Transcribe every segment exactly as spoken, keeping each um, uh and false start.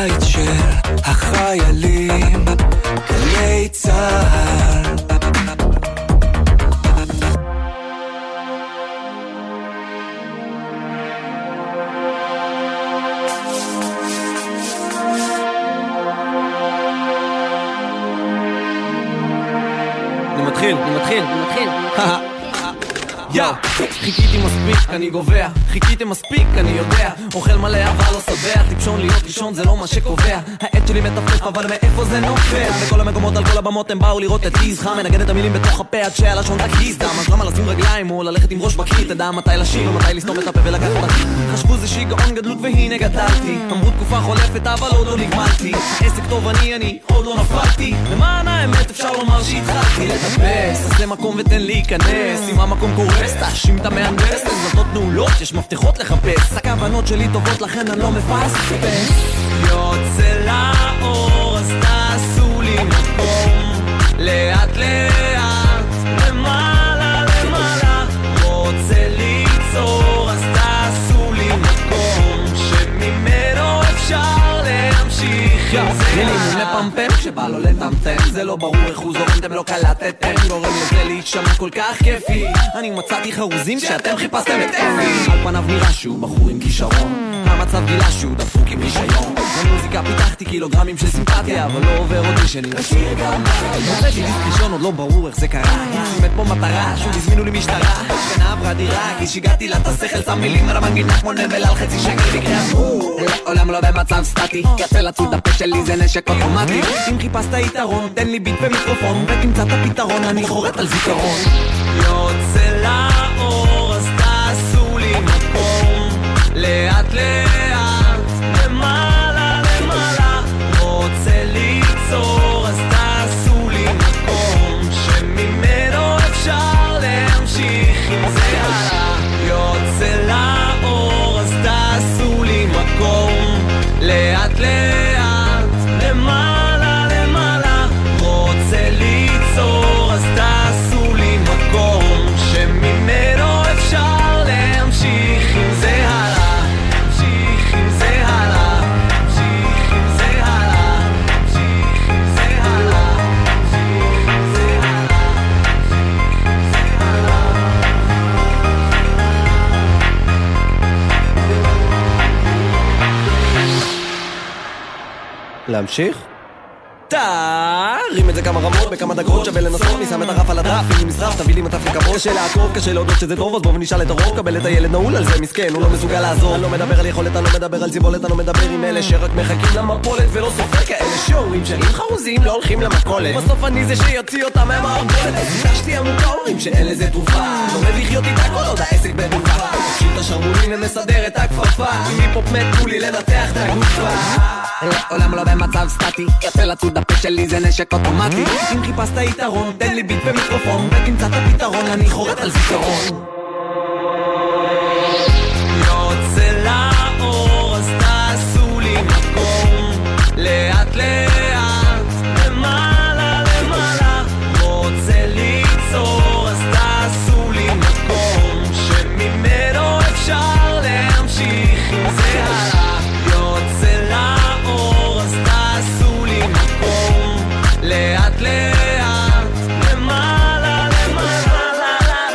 הבית של החיילים, גלי צהל. אני מתחיל, אני מתחיל, אני מתחיל. יא, חיכיתי מספיק, אני גובע. חיכיתם מספיק, אני יודע. אוכל מלא אבל לא שבע. טיפשון להיות ראשון זה לא מה שקובע. העט שלי מטפף אבל מאיפה זה נופל? בכל המקומות על כל הבמות הם באו לראות את ליזך. מנגן את המילים בתוך הפה עד שהלשון תקיז דם. אז למה לשים רגליים או ללכת עם ראש בקיר? תדע מתי לשיר ומתי לסתום את הפה ולקחת אותי. חשבו זה שיגעון גדלות והנה גדלתי. אמרו תקופה חולפת אבל עוד לא נגמלתי. עסק טוב אני אני עוד לא נפלתי. למען האמת אפשר לומר שהתחלתי לטפס. עשה מקום ותן להיכנס. אם המקום קורס תאשים את המהנדס. לזדות נעולות יש מפתחות לחפש. הכוונות שלי טובות לכן אני לא מפספס. יוצא לאור אז תעשו לי מקום. לאט לאט למעלה למעלה. רוצה ליצור אז תעשו לי מקום. שממנו אפשר להמשיך עם זה. מילים מפמפם כשבא לו לטמטם. זה לא ברור איך הוא זורם אתם לא קלטתם. גורם לזה להישמע כל כך כיפי. אני מצאתי חרוזים שאתם חיפשתם את אפי. על פניו נראה שהוא בחור עם כישרון. המצב גילה שהוא דפוק עם רישיון. במוזיקה פיתחתי קילוגרמים של סימפתיה, אבל לא עובר אודישנים לשיר גם מוצא שלי ראשון עוד לא ברור איך זה קרה. שימת פה מטרה שוב הזמינו לי משטרה. שכנה עברה דירה כי שיגעתי לה את השכל. שם מילים על המנגינה כמו נבל על חצי שקל מקרה עולם לא במצב סטטי. יצא לצוד הפה שלי זה נשק אוטומטי. אם חיפשת יתרון תן לי ביט ומיקרופון ותמצא את הפתרון אני חורט על זיכרון. יוצא לאור אז תעשו לי מקום. לאט לאט למעלה למעלה. רוצה ליצור אז תעשו לי מקום. שממנו אפשר להמשיך עם זה הלאה. יוצא לאור אז תעשו לי מקום. לאט לאט למעלה למעלה. רוצה ליצור אז תעשו לי מקום. שממנו אפשר להמשיך עם זה הלאה. להמשיך? תרים את זה כמה רמות, בכמה דקות שווה לנסות. מי שם את הרף על הדף, אם נשרף תביא לי מטף לקבות. קשה לעקוב, קשה להודות שזה טוב, אז בוא ונשאל את הרוב. קבל את הילד נעול על זה, מסכן, הוא לא מסוגל לעזור. אני לא מדבר על יכולת, אני לא מדבר על ציבולת. אני לא מדבר עם אלה שרק מחכים למפולת ולא סופר כאלה שיעורים שרים חרוזים לא הולכים למכולת. בסוף אני זה שיוציא אותם מהמערבולת. אז נשתי עמוקה אומרים שאין לזה תרופה. לא מביך איתה כל עוד העסק בדופה. תקשיב את השרמונים ומסדר את הכפפה. אם היפופ מת לי לנתח את הגופה. עולם לא במצב סטטי. יצא לצוד הפה שלי זה נשק אוטומטי. אם חיפשת יתרון תן לי ביט ומיקרופון ותמצא את הפתרון אני חורט על זיכרון. יוצא לאור אז תעשו לי מקום. לאט לאט למעלה למעלה. רוצה ליצור אז תעשו לי מקום. שממנו אפשר להמשיך עם זה הלאה. יוצא לאור אז תעשו לי מקום. לאט לאט למעלה למעלה.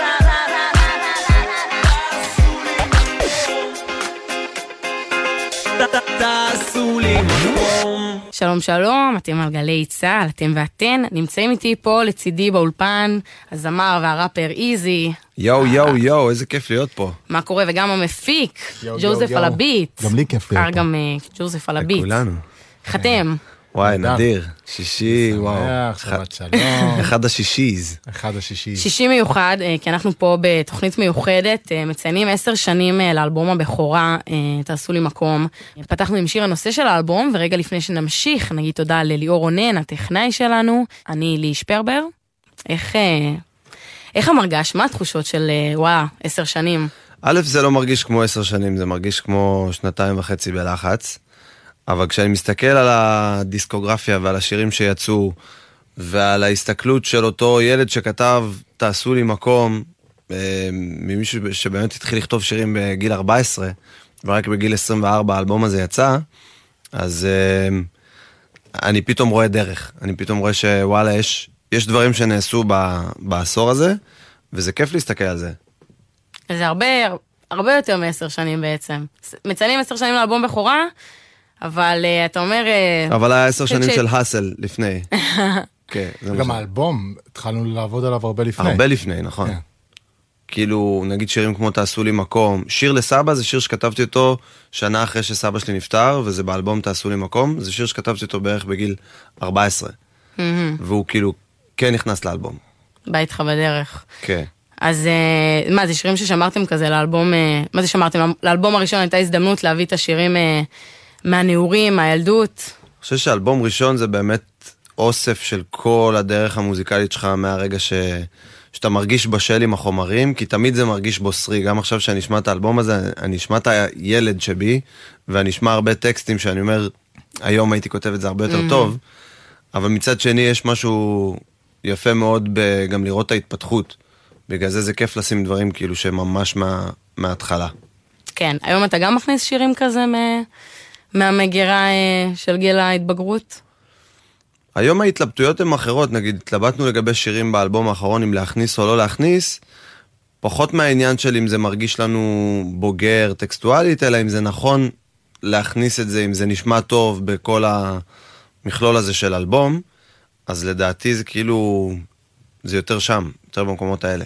תעשו לי מקום. שלום שלום, אתם על גלי צהל, אתם ואתן נמצאים איתי פה לצידי באולפן הזמר והראפר איזי. יו יו יו, איזה כיף להיות פה. מה קורה? וגם המפיק ג'וזף על הביט. גם לי כיף להיות פה. גם ג'וזף על הביט. לכולנו. חתם. וואי, נדיר. שישי, וואו. שבת שלום. אחד השישיז. אחד השישיז. שישי מיוחד, כי אנחנו פה בתוכנית מיוחדת, מציינים עשר שנים לאלבום הבכורה, תעשו לי מקום. פתחנו עם שיר הנושא של האלבום, ורגע לפני שנמשיך, נגיד תודה לליאור רונן, הטכנאי שלנו, אני לי שפרבר. איך, איך המרגש? מה התחושות של, וואלה, עשר שנים? א', זה לא מרגיש כמו עשר שנים, זה מרגיש כמו שנתיים וחצי בלחץ. אבל כשאני מסתכל על הדיסקוגרפיה ועל השירים שיצאו, ועל ההסתכלות של אותו ילד שכתב, תעשו לי מקום, ממישהו שבאמת התחיל לכתוב שירים בגיל ארבע עשרה, ורק בגיל עשרים וארבע האלבום הזה יצא, אז אני פתאום רואה דרך, אני פתאום רואה שוואלה, יש, יש דברים שנעשו ב, בעשור הזה, וזה כיף להסתכל על זה. זה הרבה, הרבה יותר מעשר שנים בעצם. מציינים עשר שנים לאלבום בכורה, אבל uh, אתה אומר... Uh, אבל היה עשר שנים ש... של הסל לפני. כן, גם האלבום, התחלנו לעבוד עליו הרבה לפני. הרבה לפני, נכון. כן. כאילו, נגיד שירים כמו תעשו לי מקום. שיר לסבא זה שיר שכתבתי אותו שנה אחרי שסבא שלי נפטר, וזה באלבום תעשו לי מקום. זה שיר שכתבתי אותו בערך בגיל ארבע עשרה. Mm-hmm. והוא כאילו כן נכנס לאלבום. בא איתך בדרך. כן. אז uh, מה, זה שירים ששמרתם כזה לאלבום, uh, מה זה שמרתם? לאלבום הראשון הייתה הזדמנות להביא את השירים uh, מהנעורים, מהילדות. אני חושב שאלבום ראשון זה באמת אוסף של כל הדרך המוזיקלית שלך מהרגע ש... שאתה מרגיש בשל עם החומרים, כי תמיד זה מרגיש בוסרי. גם עכשיו שאני אשמע את האלבום הזה, אני אשמע את הילד שבי, ואני אשמע הרבה טקסטים שאני אומר, היום הייתי כותב את זה הרבה יותר mm-hmm. טוב, אבל מצד שני יש משהו יפה מאוד גם לראות את ההתפתחות. בגלל זה זה כיף לשים דברים כאילו שממש מה, מההתחלה. כן, היום אתה גם מכניס שירים כזה מה, מהמגירה של גיל ההתבגרות? היום ההתלבטויות הן אחרות, נגיד, התלבטנו לגבי שירים באלבום האחרון, אם להכניס או לא להכניס, פחות מהעניין של אם זה מרגיש לנו בוגר טקסטואלית, אלא אם זה נכון להכניס את זה, אם זה נשמע טוב בכל המכלול הזה של אלבום, אז לדעתי זה כאילו, זה יותר שם, יותר במקומות האלה.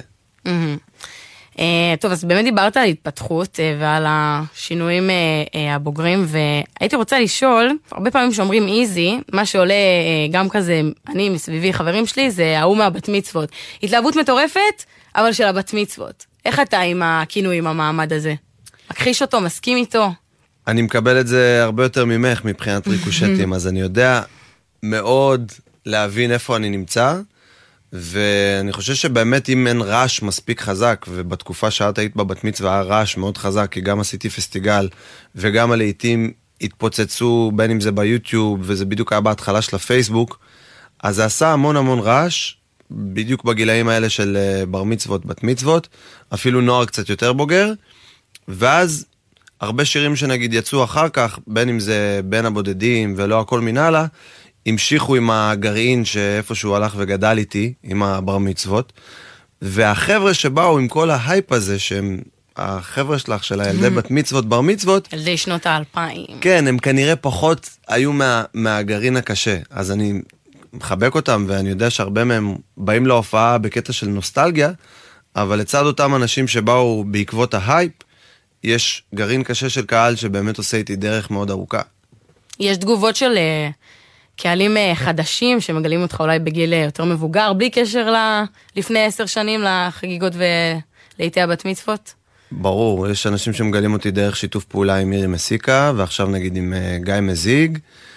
טוב, אז באמת דיברת על התפתחות ועל השינויים הבוגרים, והייתי רוצה לשאול, הרבה פעמים שאומרים איזי, מה שעולה גם כזה, אני מסביבי חברים שלי, זה ההוא מהבת מצוות. התלהבות מטורפת, אבל של הבת מצוות. איך אתה עם הכינוי, עם המעמד הזה? מכחיש אותו, מסכים איתו? אני מקבל את זה הרבה יותר ממך מבחינת ריקושטים, אז אני יודע מאוד להבין איפה אני נמצא, ואני חושב שבאמת אם אין רעש מספיק חזק, ובתקופה שאת היית בבת מצווה היה רעש מאוד חזק, כי גם עשיתי פסטיגל, וגם הלעיתים התפוצצו, בין אם זה ביוטיוב, וזה בדיוק היה בהתחלה של הפייסבוק, אז זה עשה המון המון רעש, בדיוק בגילאים האלה של בר מצוות, בת מצוות, אפילו נוער קצת יותר בוגר, ואז הרבה שירים שנגיד יצאו אחר כך, בין אם זה בין הבודדים ולא הכל מנהלה, המשיכו עם הגרעין שאיפשהו הלך וגדל איתי, עם הבר מצוות, והחבר'ה שבאו עם כל ההייפ הזה, שהם החבר'ה שלך של הילדי בת מצוות, בר מצוות, ילדי שנות האלפיים. כן, הם כנראה פחות היו מה, מהגרעין הקשה, אז אני מחבק אותם, ואני יודע שהרבה מהם באים להופעה בקטע של נוסטלגיה, אבל לצד אותם אנשים שבאו בעקבות ההייפ, יש גרעין קשה של קהל שבאמת עושה איתי דרך מאוד ארוכה. יש תגובות של קהלים חדשים שמגלים אותך אולי בגיל יותר מבוגר, בלי קשר לפני עשר שנים לחגיגות ולעיתי הבת מצוות? ברור, יש אנשים שמגלים אותי דרך שיתוף פעולה עם מירי מסיקה, ועכשיו נגיד עם גיא מזיג,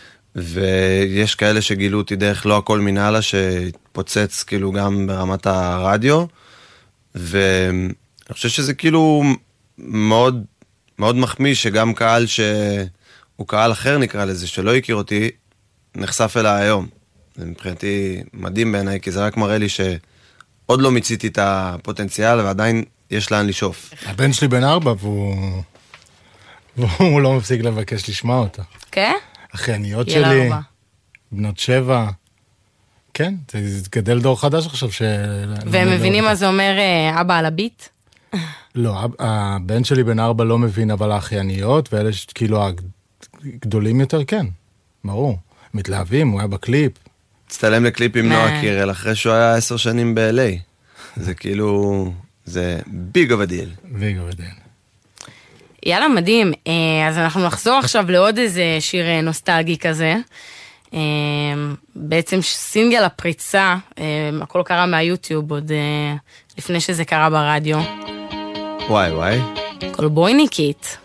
ויש כאלה שגילו אותי דרך לא הכל מנהלה, שהתפוצץ כאילו גם ברמת הרדיו, ואני חושב שזה כאילו מאוד, מאוד מחמיא שגם קהל שהוא קהל אחר נקרא לזה, שלא הכיר אותי, נחשף אליי היום. זה מבחינתי מדהים בעיניי, כי זה רק מראה לי שעוד לא מיציתי את הפוטנציאל, ועדיין יש לאן לשאוף. הבן שלי בן ארבע, והוא, והוא לא מפסיק לבקש לשמוע אותה. כן? אחייניות שלי, בנות שבע. כן, זה גדל דור חדש עכשיו. ש... והם מבינים מה זה אומר אבא על הביט? לא, הבן שלי בן ארבע לא מבין, אבל האחייניות, ואלה כאילו הגדולים יותר, כן, ברור. מתלהבים, הוא היה בקליפ. הצטלם לקליפ עם נועה קירל, אחרי שהוא היה עשר שנים ב-אל איי. זה כאילו, זה ביג אוף דיל. ביג אוף דיל. יאללה, מדהים. אז אנחנו נחזור עכשיו לעוד איזה שיר נוסטלגי כזה. בעצם סינגל הפריצה, הכל קרה מהיוטיוב, עוד לפני שזה קרה ברדיו. וואי וואי. קולבויניקית.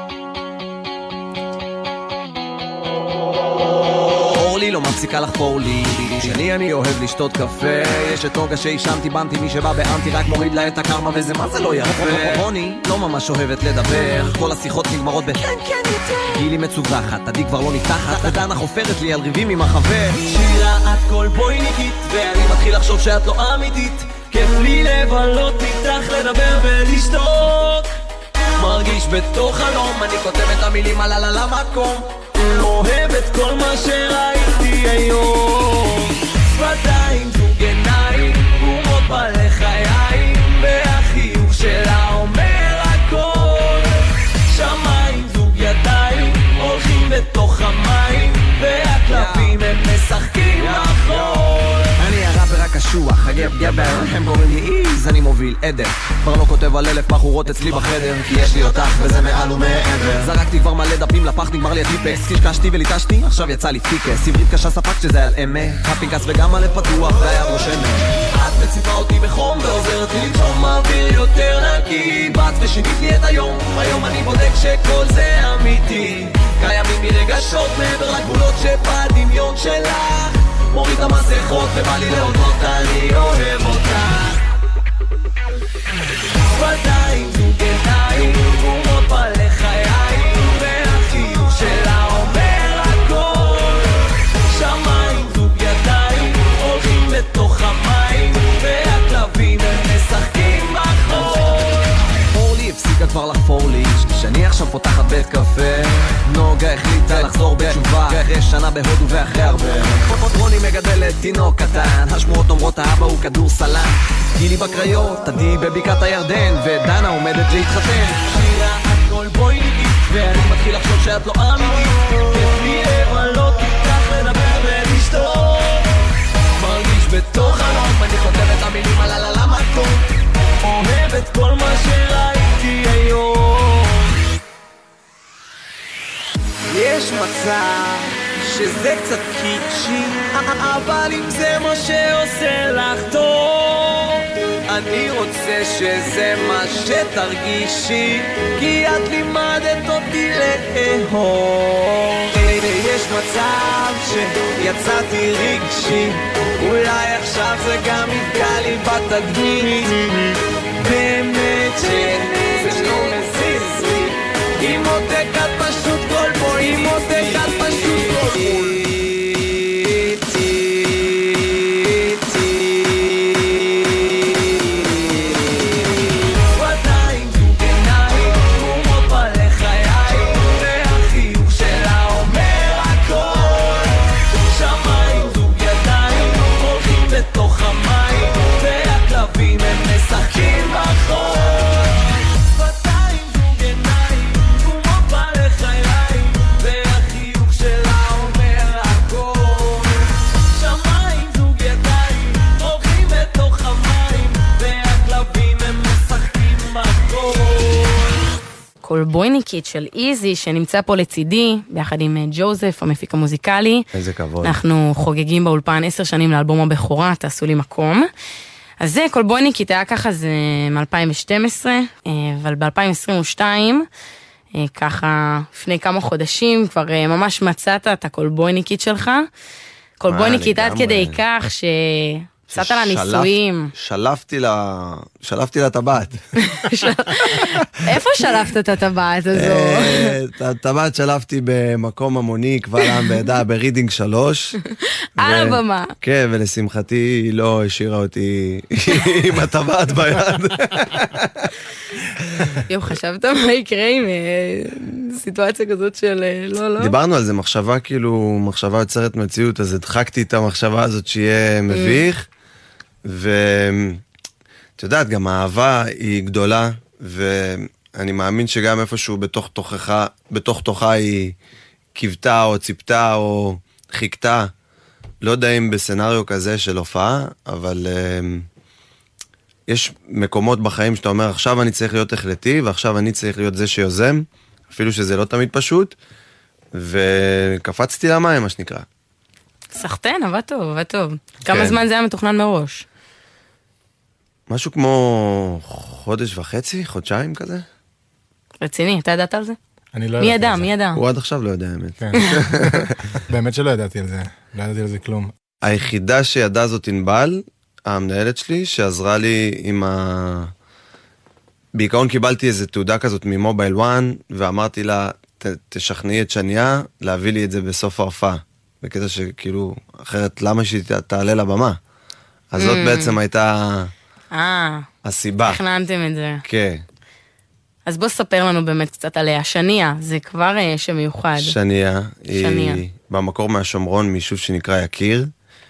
לא מפסיקה לחפור לי שני אני אוהב לשתות קפה יש את נוגה שהישמתי בנתי מי שבא באנטי רק מוריד לה את הקרמה וזה מה זה לא יפה רוני לא ממש אוהבת לדבר כל השיחות נגמרות ב כן כן יותר גילי מצווחת עדי כבר לא נפתחת ודנה חופרת לי על ריבים עם החבר שירה את כל בויניקית ואני מתחיל לחשוב שאת לא אמיתית כיף לי לבלות איתך לדבר ולשתות מרגיש בתוך חלום אני כותב את המילים על על המקום לא אוהב את כל מה שראיתי היום. שפתיים, זוג עיניים, גומות בלחיים, והחיוך שלה אומר הכל. שמיים, זוג ידיים, הולכים בתוך המים, והכלבים הם משחקים בחול. אני הראפר הקשוח, הגב גבר, הם קוראים לי איז, אני מוביל עדר. כבר לא כותב על אלף בחורות אצלי בחדר, כי יש לי אותך וזה מעל ומעבר. זרקתי כבר מלא דפים לפח, נגמר לי הטיפקס, קשקשתי וליטשתי, עכשיו יצא לי פיקס. עברית קשה ספק שזה על אמת, הפינקס וגם הלב פתוח והיד רושמת. את מציפה אותי בחום ועוזרת לי לצום אוויר יותר נקי. באת ושינית לי את היום, היום אני בודק שכל זה אמיתי. קיימים מרגשות מעבר לגבולות שבדמיון שלך. מוריד המסכות ובא לי להודות, אני אוהב אותך. שפתיים, זוג עיניים, גומות בלחיים, והחיוך שלה אומר הכל. שמיים, זוג ידיים, הולכים בתוך המים, והכלבים הם משחקים בחול. אורלי הפסיקה כבר לחפור לי, שאני עכשיו פותחת בית קפה. נוגה החליטה לחזור בתשובה, אחרי שנה בהודו ואחרי הרבה. רוני מגדלת תינוק קטן, השמועות אומרות האבא הוא כדור סלן. גילי בקריות, עדי בבקעת הירדן, ודנה עומדת להתחתן. שירה הכל בואי נגיד, ואני מתחיל לחשוב שאת לא אמיתית. כיף לי לבלות איתך, לדבר ולשתות. מרגיש בתוך חלום, אני חוטב את המילים על על המקום. אוהב את כל מה שראיתי היום. יש מצב שזה קצת קיצ'י, אבל אם זה מה שעושה לך טוב, אני רוצה שזה מה שתרגישי, כי את לימדת אותי לאהוב. יש מצב שיצאתי רגשי, אולי עכשיו זה גם יפגע לי בתדמית. באמת שזה לא מזיז לי, עם עותק את פשוט כל בו, עם עותק את פשוט כל בו. קולבויניקית של איזי שנמצא פה לצידי ביחד עם ג'וזף המפיק המוזיקלי. איזה כבוד. אנחנו חוגגים באולפן עשר שנים לאלבום הבכורה, תעשו לי מקום. אז זה קולבויניקית היה ככה, זה מ-אלפיים ושתים עשרה, אבל ב-אלפיים עשרים ושתיים ככה לפני כמה חודשים כבר ממש מצאת את הקולבויניקית שלך. קולבויניקית עד כדי כך ש... קצת על הניסויים. שלפתי לה, שלפתי לה את הטבעת. איפה שלפת את הטבעת הזו? את הטבעת שלפתי במקום המוני, קבל עם ועדה, ברידינג שלוש. על הבמה. כן, ולשמחתי היא לא השאירה אותי עם הטבעת ביד. יום, חשבת מה יקרה עם סיטואציה כזאת של לא, לא? דיברנו על זה, מחשבה כאילו, מחשבה יוצרת מציאות, אז הדחקתי את המחשבה הזאת שיהיה מביך. ואת יודעת, גם האהבה היא גדולה, ואני מאמין שגם איפשהו בתוך תוכחה, בתוך תוכה היא קיוותה או ציפתה או חיכתה, לא יודע אם בסנריו כזה של הופעה, אבל uh, יש מקומות בחיים שאתה אומר, עכשיו אני צריך להיות החלטי, ועכשיו אני צריך להיות זה שיוזם, אפילו שזה לא תמיד פשוט, וקפצתי למים, מה שנקרא. סחטן, עבד טוב, עבד טוב. כמה זמן זה היה מתוכנן מראש? משהו כמו חודש וחצי, חודשיים כזה. רציני, אתה ידעת על זה? אני לא מי ידעתי ידע, על זה. מי ידע? הוא עד עכשיו לא יודע, האמת. באמת שלא ידעתי על זה, לא ידעתי על זה כלום. היחידה שידעה זאת ענבל, המנהלת שלי, שעזרה לי עם ה... בעיקרון קיבלתי איזו תעודה כזאת ממובייל וואן, ואמרתי לה, תשכנעי את שניה, להביא לי את זה בסוף ההופעה. בקטע שכאילו, אחרת למה שהיא תעלה לבמה? אז זאת בעצם הייתה הסיבה. תכננתם את זה. כן. אז בוא ספר לנו באמת קצת עליה. שניה, זה כבר שמיוחד. שניה, שניה. היא במקור מהשומרון, מיישוב שנקרא יקיר,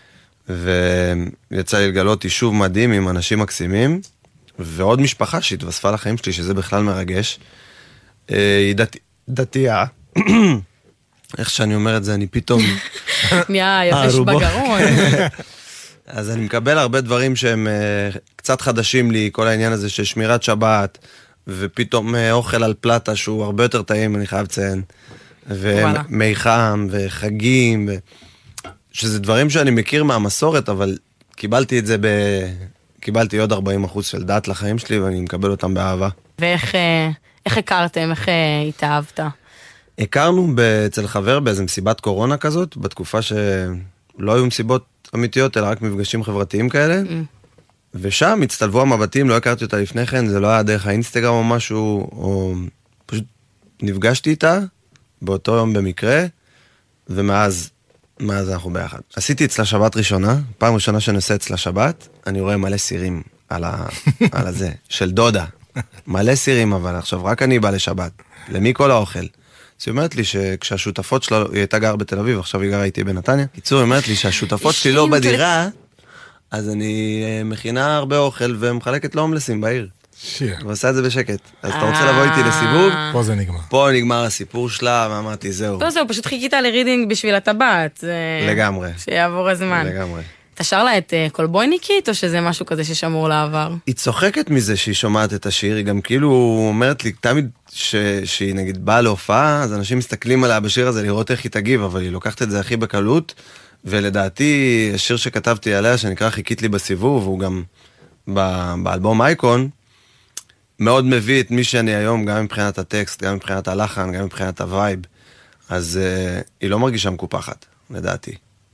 ויצא לי לגלות יישוב מדהים עם אנשים מקסימים, ועוד משפחה שהתווספה לחיים שלי, שזה בכלל מרגש. היא דת... דתייה. איך שאני אומר את זה, אני פתאום... נהיה יפש בגרון. אז אני מקבל הרבה דברים שהם uh, קצת חדשים לי, כל העניין הזה של שמירת שבת, ופתאום uh, אוכל על פלטה שהוא הרבה יותר טעים, אני חייב לציין, ומי חם, וחגים, ו... שזה דברים שאני מכיר מהמסורת, אבל קיבלתי את זה, ב... קיבלתי עוד ארבעים אחוז של דת לחיים שלי, ואני מקבל אותם באהבה. ואיך איך הכרתם, איך התאהבת? הכרנו אצל חבר באיזו מסיבת קורונה כזאת, בתקופה שלא היו מסיבות אמיתיות, אלא רק מפגשים חברתיים כאלה, mm. ושם הצטלבו המבטים, לא הכרתי אותה לפני כן, זה לא היה דרך האינסטגרם או משהו, או פשוט נפגשתי איתה, באותו יום במקרה, ומאז מאז אנחנו ביחד. עשיתי אצלה שבת ראשונה, פעם ראשונה שאני עושה אצלה שבת, אני רואה מלא סירים על, ה... על הזה, של דודה. מלא סירים, אבל עכשיו רק אני בא לשבת. למי כל האוכל? אז היא אומרת לי שכשהשותפות שלה, היא הייתה גר בתל אביב, עכשיו היא גרה איתי בנתניה. קיצור, היא אומרת לי שהשותפות שלי לא בדירה, אז אני מכינה הרבה אוכל ומחלקת להומלסים בעיר. שיר. ועושה את זה בשקט. אז אתה רוצה לבוא איתי לסיבוב? פה זה נגמר. פה נגמר הסיפור שלה, ואמרתי, זהו. לא, זהו, פשוט חיכית לרידינג בשביל הטבעת. לגמרי. שיעבור הזמן. לגמרי. אתה שר לה את קולבויניקית, או שזה משהו כזה ששמור לעבר? היא צוחקת מזה שהיא שומעת את השיר, היא גם כאילו אומרת לי, תמיד שהיא נגיד באה להופעה, אז אנשים מסתכלים עליה בשיר הזה לראות איך היא תגיב, אבל היא לוקחת את זה הכי בקלות, ולדעתי, השיר שכתבתי עליה, שנקרא חיכית לי בסיבוב, הוא גם באלבום אייקון, מאוד מביא את מי שאני היום, גם מבחינת הטקסט, גם מבחינת הלחן, גם מבחינת הווייב, אז היא לא מרגישה מקופחת, לדעתי.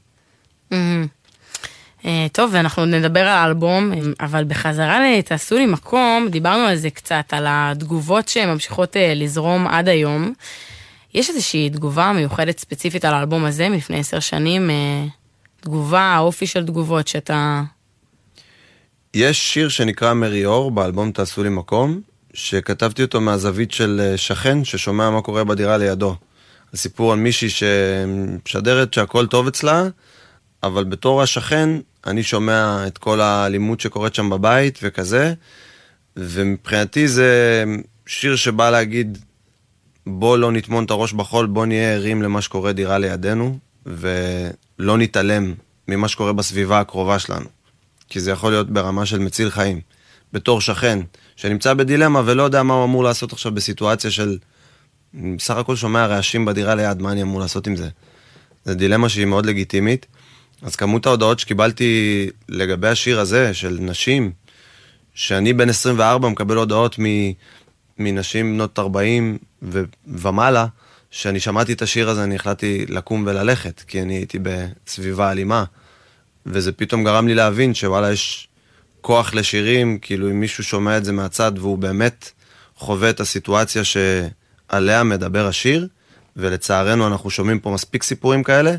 טוב, ואנחנו נדבר על האלבום, אבל בחזרה לתעשו לי מקום, דיברנו על זה קצת, על התגובות שהן ממשיכות לזרום עד היום. יש איזושהי תגובה מיוחדת ספציפית על האלבום הזה, מלפני עשר שנים, תגובה, האופי של תגובות שאתה... יש שיר שנקרא מריאור, באלבום תעשו לי מקום, שכתבתי אותו מהזווית של שכן, ששומע מה קורה בדירה לידו. הסיפור על מישהי שמשדרת שהכל טוב אצלה, אבל בתור השכן, אני שומע את כל האלימות שקורית שם בבית וכזה, ומבחינתי זה שיר שבא להגיד, בוא לא נטמון את הראש בחול, בוא נהיה ערים למה שקורה דירה לידינו, ולא נתעלם ממה שקורה בסביבה הקרובה שלנו. כי זה יכול להיות ברמה של מציל חיים. בתור שכן, שנמצא בדילמה ולא יודע מה הוא אמור לעשות עכשיו בסיטואציה של, בסך הכל שומע רעשים בדירה ליד, מה אני אמור לעשות עם זה? זה דילמה שהיא מאוד לגיטימית. אז כמות ההודעות שקיבלתי לגבי השיר הזה, של נשים, שאני בן עשרים וארבע מקבל הודעות מנשים בנות ארבעים ומעלה, שאני שמעתי את השיר הזה, אני החלטתי לקום וללכת, כי אני הייתי בסביבה אלימה, וזה פתאום גרם לי להבין שוואלה יש כוח לשירים, כאילו אם מישהו שומע את זה מהצד, והוא באמת חווה את הסיטואציה שעליה מדבר השיר, ולצערנו אנחנו שומעים פה מספיק סיפורים כאלה,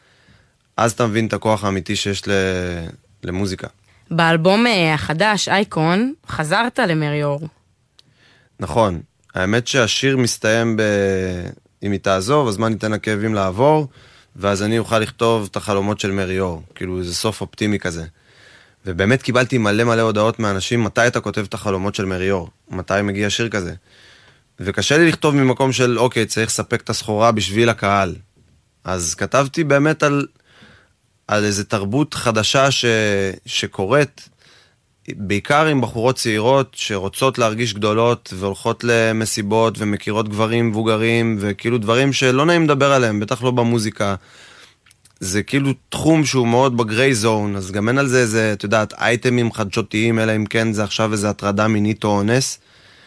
אז אתה מבין את הכוח האמיתי שיש למוזיקה. באלבום החדש, אייקון, חזרת למריאור. נכון. האמת שהשיר מסתיים ב... אם היא תעזוב, אז מה ניתן לכאבים לעבור, ואז אני אוכל לכתוב את החלומות של מריאור. כאילו, זה סוף אופטימי כזה. ובאמת קיבלתי מלא מלא הודעות מאנשים, מתי אתה כותב את החלומות של מריאור? מתי מגיע שיר כזה? וקשה לי לכתוב ממקום של, אוקיי, צריך לספק את הסחורה בשביל הקהל. אז כתבתי באמת על... על איזו תרבות חדשה ש... שקורית, בעיקר עם בחורות צעירות שרוצות להרגיש גדולות והולכות למסיבות ומכירות גברים מבוגרים וכאילו דברים שלא נעים לדבר עליהם, בטח לא במוזיקה. זה כאילו תחום שהוא מאוד בגריי זון, אז גם אין על זה איזה, את יודעת, אייטמים חדשותיים, אלא אם כן זה עכשיו איזה הטרדה מינית או אונס,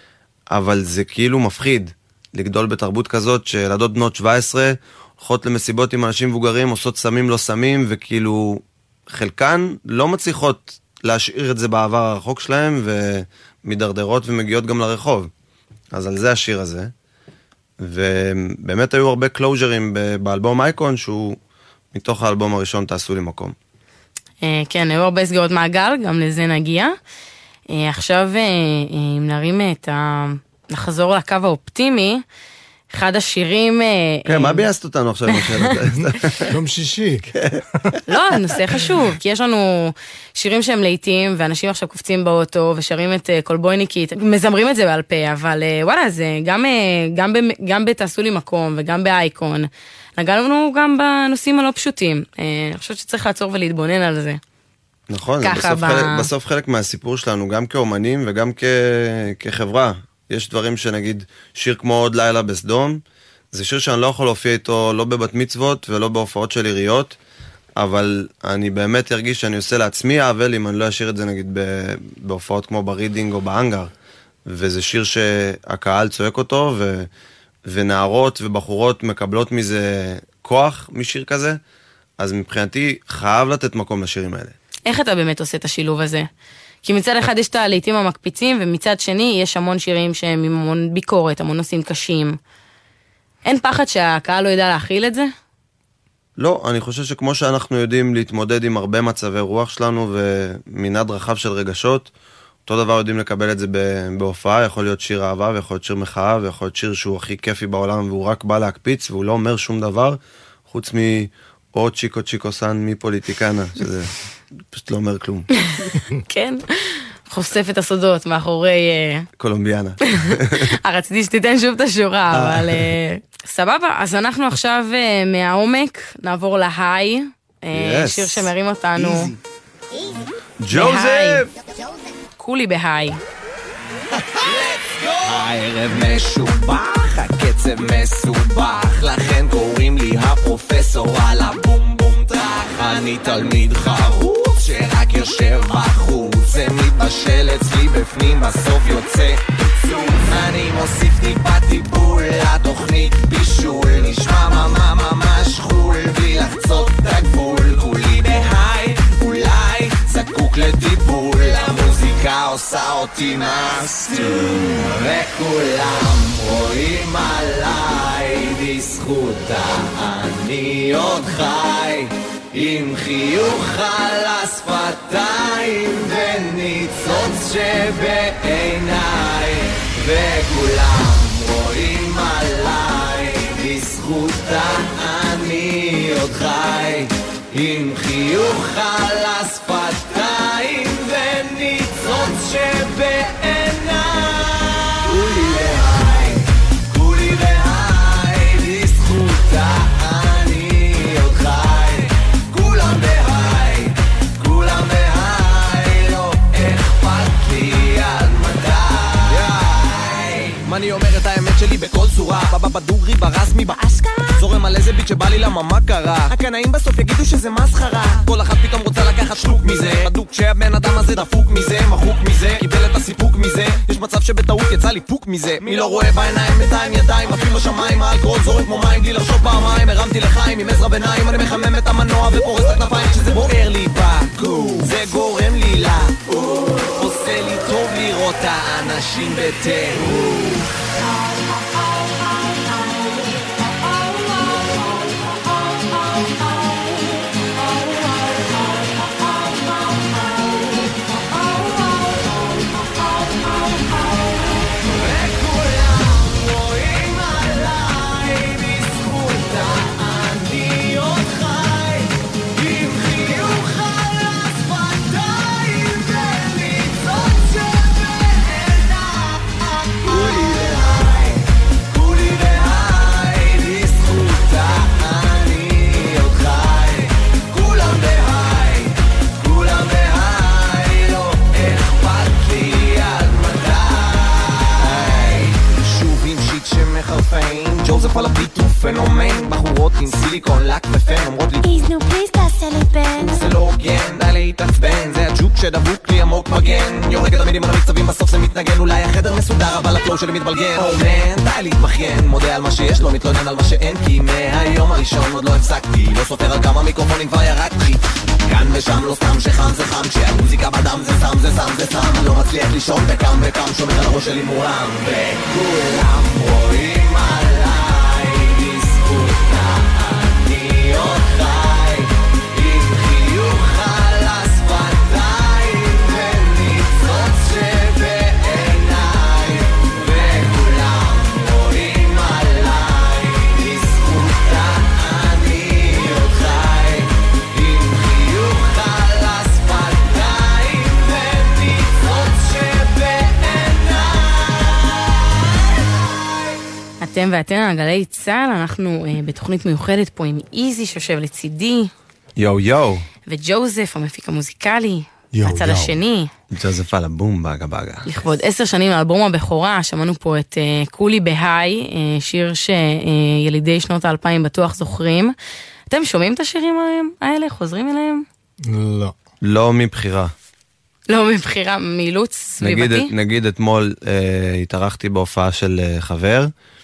אבל זה כאילו מפחיד לגדול בתרבות כזאת שילדות בנות שבע עשרה הולכות למסיבות עם אנשים מבוגרים, עושות סמים לא סמים, וכאילו חלקן לא מצליחות להשאיר את זה בעבר הרחוק שלהם, ומדרדרות ומגיעות גם לרחוב. אז על זה השיר הזה. ובאמת היו הרבה קלוז'רים באלבום אייקון, שהוא מתוך האלבום הראשון תעשו לי מקום. כן, היו הרבה סגירות מעגל, גם לזה נגיע. עכשיו, אם נרים את נחזור לקו האופטימי, אחד השירים... כן, מה ביאסת אותנו עכשיו? יום שישי. לא, נושא חשוב, כי יש לנו שירים שהם לעיתים, ואנשים עכשיו קופצים באוטו, ושרים את קולבויניקית, מזמרים את זה בעל פה, אבל וואלה, זה גם, גם, גם בתעשו לי מקום, וגם באייקון, נגענו גם בנושאים הלא פשוטים. אני חושבת שצריך לעצור ולהתבונן על זה. נכון, בסוף, ב... חלק, בסוף חלק מהסיפור שלנו, גם כאומנים וגם כ... כחברה. יש דברים שנגיד, שיר כמו עוד לילה בסדום, זה שיר שאני לא יכול להופיע איתו לא בבת מצוות ולא בהופעות של עיריות, אבל אני באמת ארגיש שאני עושה לעצמי העבל אם אני לא אשאיר את זה נגיד בהופעות כמו ברידינג או באנגר, וזה שיר שהקהל צועק אותו, ו... ונערות ובחורות מקבלות מזה כוח משיר כזה, אז מבחינתי חייב לתת מקום לשירים האלה. איך אתה באמת עושה את השילוב הזה? כי מצד אחד יש את הלעיתים המקפיצים, ומצד שני יש המון שירים שהם עם המון ביקורת, המון נושאים קשים. אין פחד שהקהל לא ידע להכיל את זה? לא, אני חושב שכמו שאנחנו יודעים להתמודד עם הרבה מצבי רוח שלנו ומנעד רחב של רגשות, אותו דבר יודעים לקבל את זה בהופעה, יכול להיות שיר אהבה ויכול להיות שיר מחאה ויכול להיות שיר שהוא הכי כיפי בעולם והוא רק בא להקפיץ והוא לא אומר שום דבר חוץ מ... או צ'יקו צ'יקו סן מפוליטיקנה, שזה פשוט לא אומר כלום. כן, חושף את הסודות מאחורי... קולומביאנה. רציתי שתיתן שוב את השורה, אבל סבבה. אז אנחנו עכשיו מהעומק נעבור להיי, שיר שמרים אותנו. ג'וזף! כולי בהיי. הערב משובח, הקצב מסובך, לכן קוראים לי הפרופסור על הבום בום טרח. אני תלמיד חרוץ שרק יושב בחוץ, זה מתבשל אצלי בפנים, בסוף יוצא פיצוץ. אני מוסיף טיפה טיפול לתוכנית בישול, נשמע ממש ממש חול בלי לחצות את הגבול. כולי בהיי, אולי זקוק לטיפול, המוזיקה עושה אותי מסטול, וכולם רואים עליי בזכותה אני עוד חי, עם חיוך על השפתיים וניצוץ שבעיניי, וכולם רואים עליי בזכותה אני עוד חי, עם חיוך על השפתיים וניצוץ שבעיניי. כולי בהיי, כולי בהיי, בזכותה אני עוד חי, כולם בהיי, כולם בהיי, לא אכפת לי עד מתי. מה אני אומר את האמת שלי בכל צורה, בבא בדוגרי ברסמי באשכרה, זורם על איזה ביט שבא לי למה מה קרה, הקנאים בסוף יגידו שזה מסחרה, כל אחת פתאום רוצה לקחת שלוק מזה, בדוק שהבן אדם הזה דפוק מזה, מחוק מזה, קיבל את הסיפוק מזה, יש מצב שבטעות יצא לי פוק מזה, מי לא רואה בעיניים בינתיים ידיים, אפילו בשמיים, האלכוהול זורם כמו מים בלי לחשוב פעמיים, הרמתי לחיים עם עזרה ביניים, אני מחמם את המנוע ופורס את הכנפיים, כשזה בוער לי בגוף, זה גורם לי לעוף, עושה לי טוב לראות האנשים בטירוף. ג'וזף על הביט הוא פנומן, בחורות עם סיליקון, לק ופן אומרות לי איז נו פליז תעשה לי פן, זה לא הוגן, די להתעצבן, זה הג'וק שדבוק לי עמוק מגן, יורק את המילים על המקצבים בסוף זה מתנגן, אולי החדר מסודר אבל הפלואו שלי מתבלגן. אומן, די להתבכיין, מודה על מה שיש לו, מתלונן על מה שאין, כי מהיום הראשון עוד לא הפסקתי, לא סופר על כמה מיקרופונים כבר ירקתי, כאן ושם לא סתם שחם זה חם, כשהמוזיקה בדם זה סם זה סם זה סם, אני לא מצליח לישון וקם וקם, שומע על הראש שלי מורם, וכולם רואים עליי בזכותה אני עוד חי, עם חיוך על השפתיים וניצוץ שבעיניי, וכולם אתם ואתן על גלי צהל, אנחנו uh, בתוכנית מיוחדת פה עם איזי שיושב לצידי. יו יו. וג'וזף, המפיק המוזיקלי, יו, הצד יו. השני. ג'וזף על הבום בגה בגה. לכבוד עשר שנים לאלבום הבכורה, שמענו פה את uh, קולי בהיי, uh, שיר שילידי uh, שנות האלפיים בטוח זוכרים. אתם שומעים את השירים האלה? חוזרים אליהם? לא. לא מבחירה. לא מבחירה, מאילוץ סביבתי? נגיד, נגיד אתמול אה, התארחתי בהופעה של אה, חבר,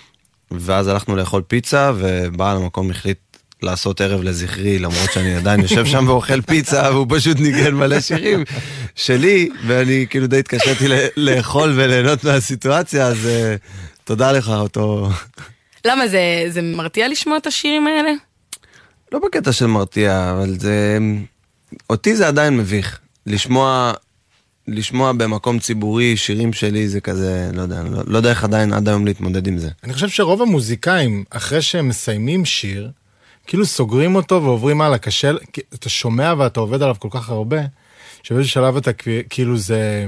ואז הלכנו לאכול פיצה, ובעל המקום החליט לעשות ערב לזכרי, למרות שאני עדיין יושב שם ואוכל פיצה, והוא פשוט ניגן מלא שירים שלי, ואני כאילו די התקשרתי לאכול וליהנות מהסיטואציה, אז אה, תודה לך אותו. למה, זה, זה מרתיע לשמוע את השירים האלה? לא בקטע של מרתיע, אבל זה... אותי זה עדיין מביך. לשמוע... לשמוע במקום ציבורי שירים שלי זה כזה, לא יודע, לא, לא יודע איך עדיין עד היום להתמודד עם זה. אני חושב שרוב המוזיקאים, אחרי שהם מסיימים שיר, כאילו סוגרים אותו ועוברים הלאה, קשה, אתה שומע ואתה עובד עליו כל כך הרבה, שבאיזשהו שלב אתה כאילו זה,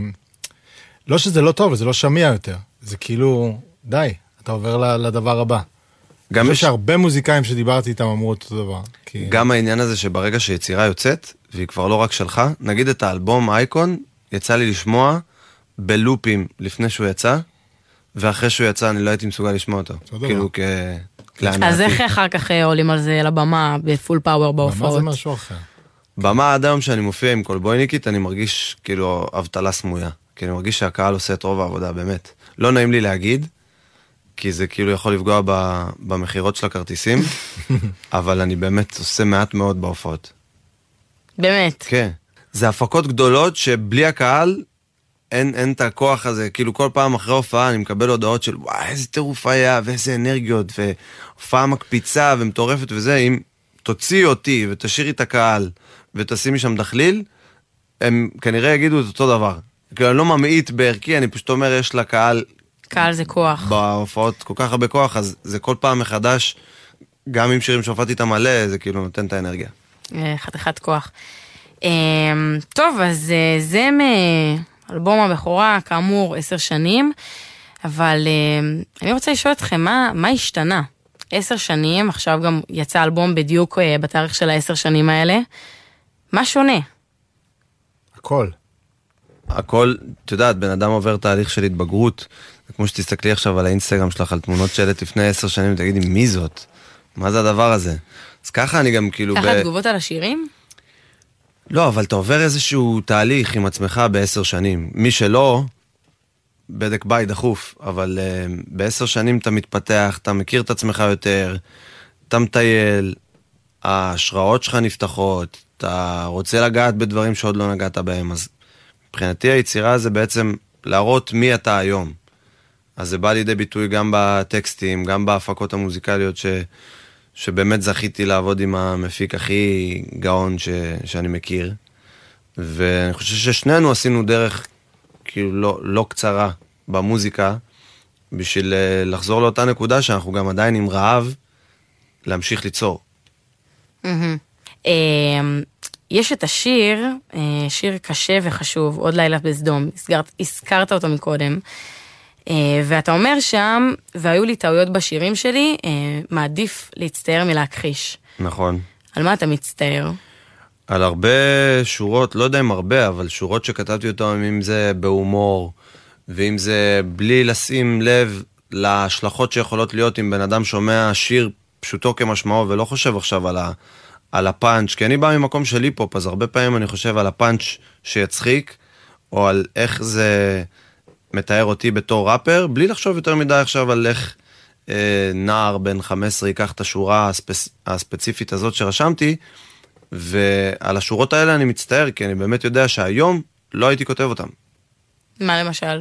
לא שזה לא טוב, זה לא שמיע יותר, זה כאילו, די, אתה עובר לדבר הבא. גם יש הרבה מוזיקאים שדיברתי איתם אמרו אותו דבר. כי... גם העניין הזה שברגע שיצירה יוצאת, והיא כבר לא רק שלך, נגיד את האלבום אייקון, יצא לי לשמוע בלופים לפני שהוא יצא, ואחרי שהוא יצא אני לא הייתי מסוגל לשמוע אותו. כאילו כ... אז איך אחר כך עולים על זה לבמה בפול פאוור בהופעות? במה זה משהו אחר. במה עד היום שאני מופיע עם קולבויניקית, אני מרגיש כאילו אבטלה סמויה. כי אני מרגיש שהקהל עושה את רוב העבודה, באמת. לא נעים לי להגיד, כי זה כאילו יכול לפגוע במחירות של הכרטיסים, אבל אני באמת עושה מעט מאוד בהופעות. באמת? כן. זה הפקות גדולות שבלי הקהל אין, אין את הכוח הזה. כאילו כל פעם אחרי הופעה אני מקבל הודעות של וואי, איזה טירוף היה, ואיזה אנרגיות, והופעה מקפיצה ומטורפת וזה. אם תוציא אותי ותשאירי את הקהל ותשימי שם דחליל, הם כנראה יגידו את אותו דבר. כאילו אני לא ממעיט בערכי, אני פשוט אומר יש לקהל... קהל זה כוח. בהופעות כל כך הרבה כוח, אז זה כל פעם מחדש, גם עם שירים שהופעתי איתם מלא, זה כאילו נותן את האנרגיה. חתיכת כוח. טוב, אז זה מאלבום הבכורה, כאמור, עשר שנים, אבל אני רוצה לשאול אתכם, מה, מה השתנה? עשר שנים, עכשיו גם יצא אלבום בדיוק בתאריך של העשר שנים האלה. מה שונה? הכל. הכל, את יודעת, בן אדם עובר תהליך של התבגרות, כמו שתסתכלי עכשיו על האינסטגרם שלך, על תמונות שלט לפני עשר שנים, ותגידי, מי זאת? מה זה הדבר הזה? אז ככה אני גם כאילו... ככה ב... תגובות על השירים? לא, אבל אתה עובר איזשהו תהליך עם עצמך בעשר שנים. מי שלא, בדק ביי דחוף, אבל uh, בעשר שנים אתה מתפתח, אתה מכיר את עצמך יותר, אתה מטייל, ההשראות שלך נפתחות, אתה רוצה לגעת בדברים שעוד לא נגעת בהם, אז מבחינתי היצירה זה בעצם להראות מי אתה היום. אז זה בא לידי ביטוי גם בטקסטים, גם בהפקות המוזיקליות ש... שבאמת זכיתי לעבוד עם המפיק הכי גאון ש... שאני מכיר. ואני חושב ששנינו עשינו דרך כאילו לא, לא קצרה במוזיקה, בשביל לחזור לאותה נקודה שאנחנו גם עדיין עם רעב להמשיך ליצור. יש את השיר, שיר קשה וחשוב, עוד לילה בסדום, הזכרת אותו מקודם, ואתה אומר שם, והיו לי טעויות בשירים שלי, מעדיף להצטער מלהכחיש. נכון. על מה אתה מצטער? על הרבה שורות, לא יודע אם הרבה, אבל שורות שכתבתי אותם, אם זה בהומור, ואם זה בלי לשים לב להשלכות שיכולות להיות אם בן אדם שומע שיר פשוטו כמשמעו, ולא חושב עכשיו על, ה, על הפאנץ', כי אני בא ממקום של היפ-הופ, אז הרבה פעמים אני חושב על הפאנץ' שיצחיק, או על איך זה מתאר אותי בתור ראפר, בלי לחשוב יותר מדי עכשיו על איך אה, נער בן חמש עשרה ייקח את השורה הספצ... הספציפית הזאת שרשמתי, ועל השורות האלה אני מצטער, כי אני באמת יודע שהיום לא הייתי כותב אותם. מה למשל?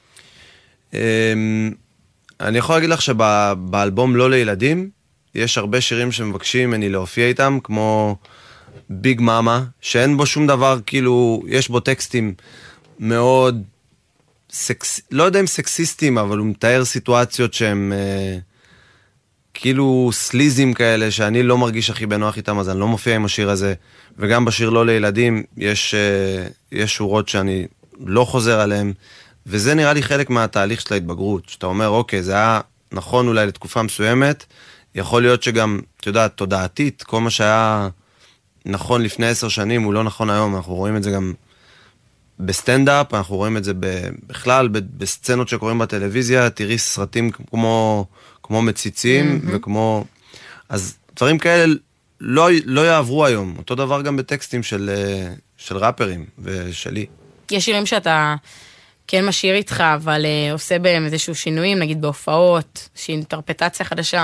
אני יכול להגיד לך שבאלבום לא לילדים, יש הרבה שירים שמבקשים ממני להופיע איתם, כמו ביג מאמה, שאין בו שום דבר, כאילו, יש בו טקסטים מאוד, סקס... לא יודע אם סקסיסטים, אבל הוא מתאר סיטואציות שהם אה, כאילו סליזים כאלה, שאני לא מרגיש הכי בנוח איתם, אז אני לא מופיע עם השיר הזה, וגם בשיר לא לילדים, יש, אה, יש שורות שאני לא חוזר עליהן, וזה נראה לי חלק מהתהליך של ההתבגרות, שאתה אומר, אוקיי, זה היה נכון אולי לתקופה מסוימת, יכול להיות שגם, אתה יודע, תודעתית, כל מה שהיה נכון לפני עשר שנים הוא לא נכון היום, אנחנו רואים את זה גם בסטנדאפ, אנחנו רואים את זה בכלל, בסצנות שקוראים בטלוויזיה, תראי סרטים כמו, כמו מציצים, mm-hmm. וכמו, אז דברים כאלה לא, לא יעברו היום, אותו דבר גם בטקסטים של, של ראפרים ושלי. יש שירים שאתה כן משאיר איתך, אבל uh, עושה בהם איזשהו שינויים, נגיד בהופעות, שהיא אינטרפטציה חדשה.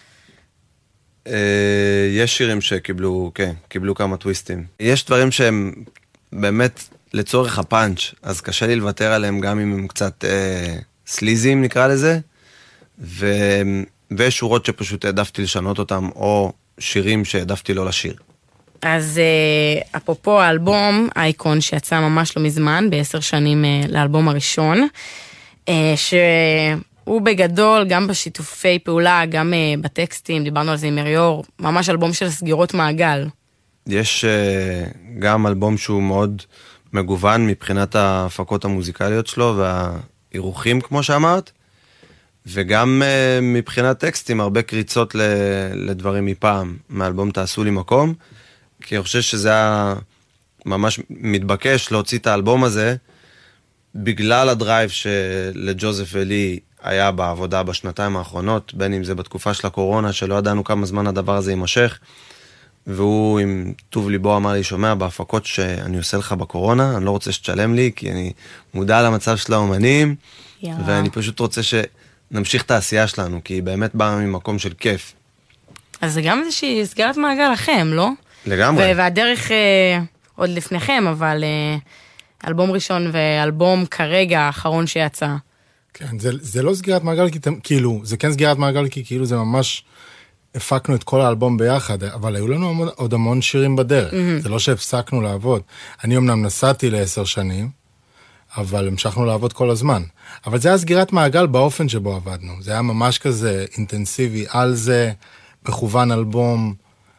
Uh, יש שירים שקיבלו, כן, קיבלו כמה טוויסטים. יש דברים שהם באמת לצורך הפאנץ', אז קשה לי לוותר עליהם גם אם הם קצת uh, סליזים נקרא לזה, ו... ויש שורות שפשוט העדפתי לשנות אותם, או שירים שהעדפתי לא לשיר. אז uh, אפרופו האלבום, אייקון שיצא ממש לא מזמן, בעשר שנים uh, לאלבום הראשון, uh, שהוא בגדול גם בשיתופי פעולה, גם uh, בטקסטים, דיברנו על זה עם אריור, ממש אלבום של סגירות מעגל. יש uh, גם אלבום שהוא מאוד מגוון מבחינת ההפקות המוזיקליות שלו, והאירוחים כמו שאמרת, וגם uh, מבחינת טקסטים, הרבה קריצות ל- לדברים מפעם, מאלבום תעשו לי מקום, כי אני חושב שזה היה ממש מתבקש להוציא את האלבום הזה, בגלל הדרייב שלג'וזף ולי היה בעבודה בשנתיים האחרונות, בין אם זה בתקופה של הקורונה, שלא ידענו כמה זמן הדבר הזה יימשך, והוא עם טוב ליבו אמר לי, שומע, בהפקות שאני עושה לך בקורונה, אני לא רוצה שתשלם לי, כי אני מודע למצב של האומנים, יאללה. ואני פשוט רוצה שנמשיך את העשייה שלנו, כי היא באמת באה ממקום של כיף. אז זה גם איזושהי סגרת מעגל לכם, לא? לגמרי. והדרך אה, עוד לפניכם, אבל אה, אלבום ראשון ואלבום כרגע האחרון שיצא. כן, זה, זה לא סגירת מעגל, כי, כאילו, זה כן סגירת מעגל, כי כאילו זה ממש, הפקנו את כל האלבום ביחד, אבל היו לנו עוד המון שירים בדרך. Mm-hmm. זה לא שהפסקנו לעבוד. אני אמנם נסעתי לעשר שנים, אבל המשכנו לעבוד כל הזמן. אבל זה היה סגירת מעגל באופן שבו עבדנו. זה היה ממש כזה אינטנסיבי על זה, מכוון אלבום,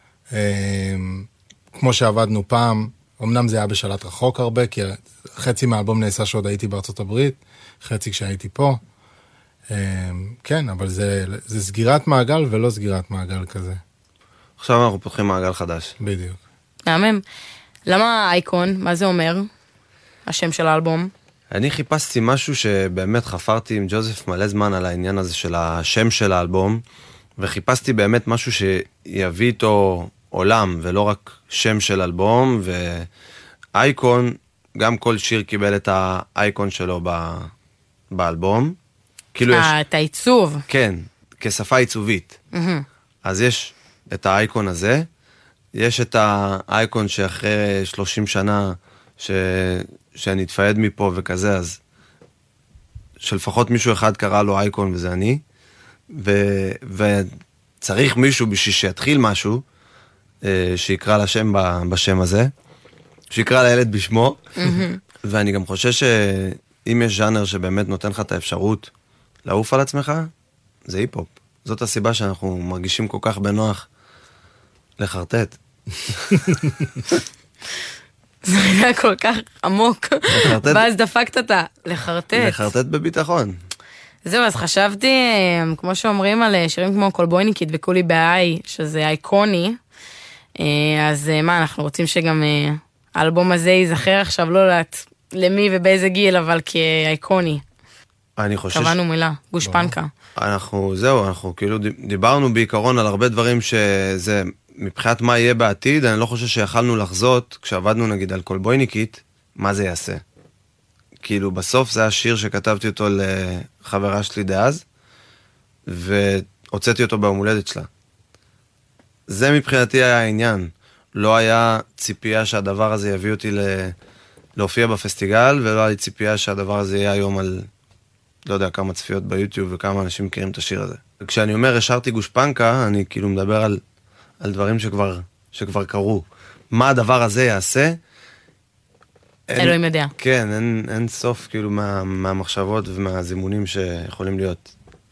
כמו שעבדנו פעם, אמנם זה היה בשלט רחוק הרבה, כי חצי מהאלבום נעשה שעוד הייתי בארצות הברית, חצי כשהייתי פה. כן, אבל זה, זה סגירת מעגל ולא סגירת מעגל כזה. עכשיו אנחנו פותחים מעגל חדש. בדיוק. נאמם. למה אייקון? מה זה אומר? השם של האלבום? אני חיפשתי משהו שבאמת חפרתי עם ג'וזף מלא זמן על העניין הזה של השם של האלבום, וחיפשתי באמת משהו שיביא איתו עולם, ולא רק שם של אלבום, ואייקון, גם כל שיר קיבל את האייקון שלו ב... באלבום. כאילו יש... את העיצוב. כן, כשפה עיצובית. Mm-hmm. אז יש את האייקון הזה, יש את האייקון שאחרי שלושים שנה, ש... שאני אתפעד מפה וכזה, אז שלפחות מישהו אחד קרא לו אייקון, וזה אני. ו... וצריך מישהו בשביל שיתחיל משהו, שיקרא לשם בשם הזה, שיקרא לילד בשמו, ואני גם חושב שאם יש ז'אנר שבאמת נותן לך את האפשרות לעוף על עצמך, זה היפ-הופ. זאת הסיבה שאנחנו מרגישים כל כך בנוח לחרטט. זה היה כל כך עמוק, ואז דפקת את ה... לחרטט. לחרטט בביטחון. זהו, אז חשבתי, כמו שאומרים על שירים כמו קולבויניקית וכולי באי, שזה אייקוני, אז מה, אנחנו רוצים שגם האלבום הזה ייזכר עכשיו, לא יודעת למי ובאיזה גיל, אבל כאייקוני. אני חושב... קבענו מילה, גושפנקה. אנחנו, זהו, אנחנו כאילו דיברנו בעיקרון על הרבה דברים שזה, מבחינת מה יהיה בעתיד, אני לא חושב שיכלנו לחזות, כשעבדנו נגיד על קולבויניקית, מה זה יעשה. כאילו בסוף זה השיר שכתבתי אותו לחברה שלי דאז, והוצאתי אותו ביום הולדת שלה. זה מבחינתי היה העניין. לא היה ציפייה שהדבר הזה יביא אותי להופיע בפסטיגל, ולא היה לי ציפייה שהדבר הזה יהיה היום על, לא יודע, כמה צפיות ביוטיוב וכמה אנשים מכירים את השיר הזה. כשאני אומר, השארתי גושפנקה, אני כאילו מדבר על, על דברים שכבר, שכבר קרו. מה הדבר הזה יעשה? אלוהים יודע. כן, אין, אין סוף כאילו מה, מהמחשבות ומהזימונים שיכולים להיות.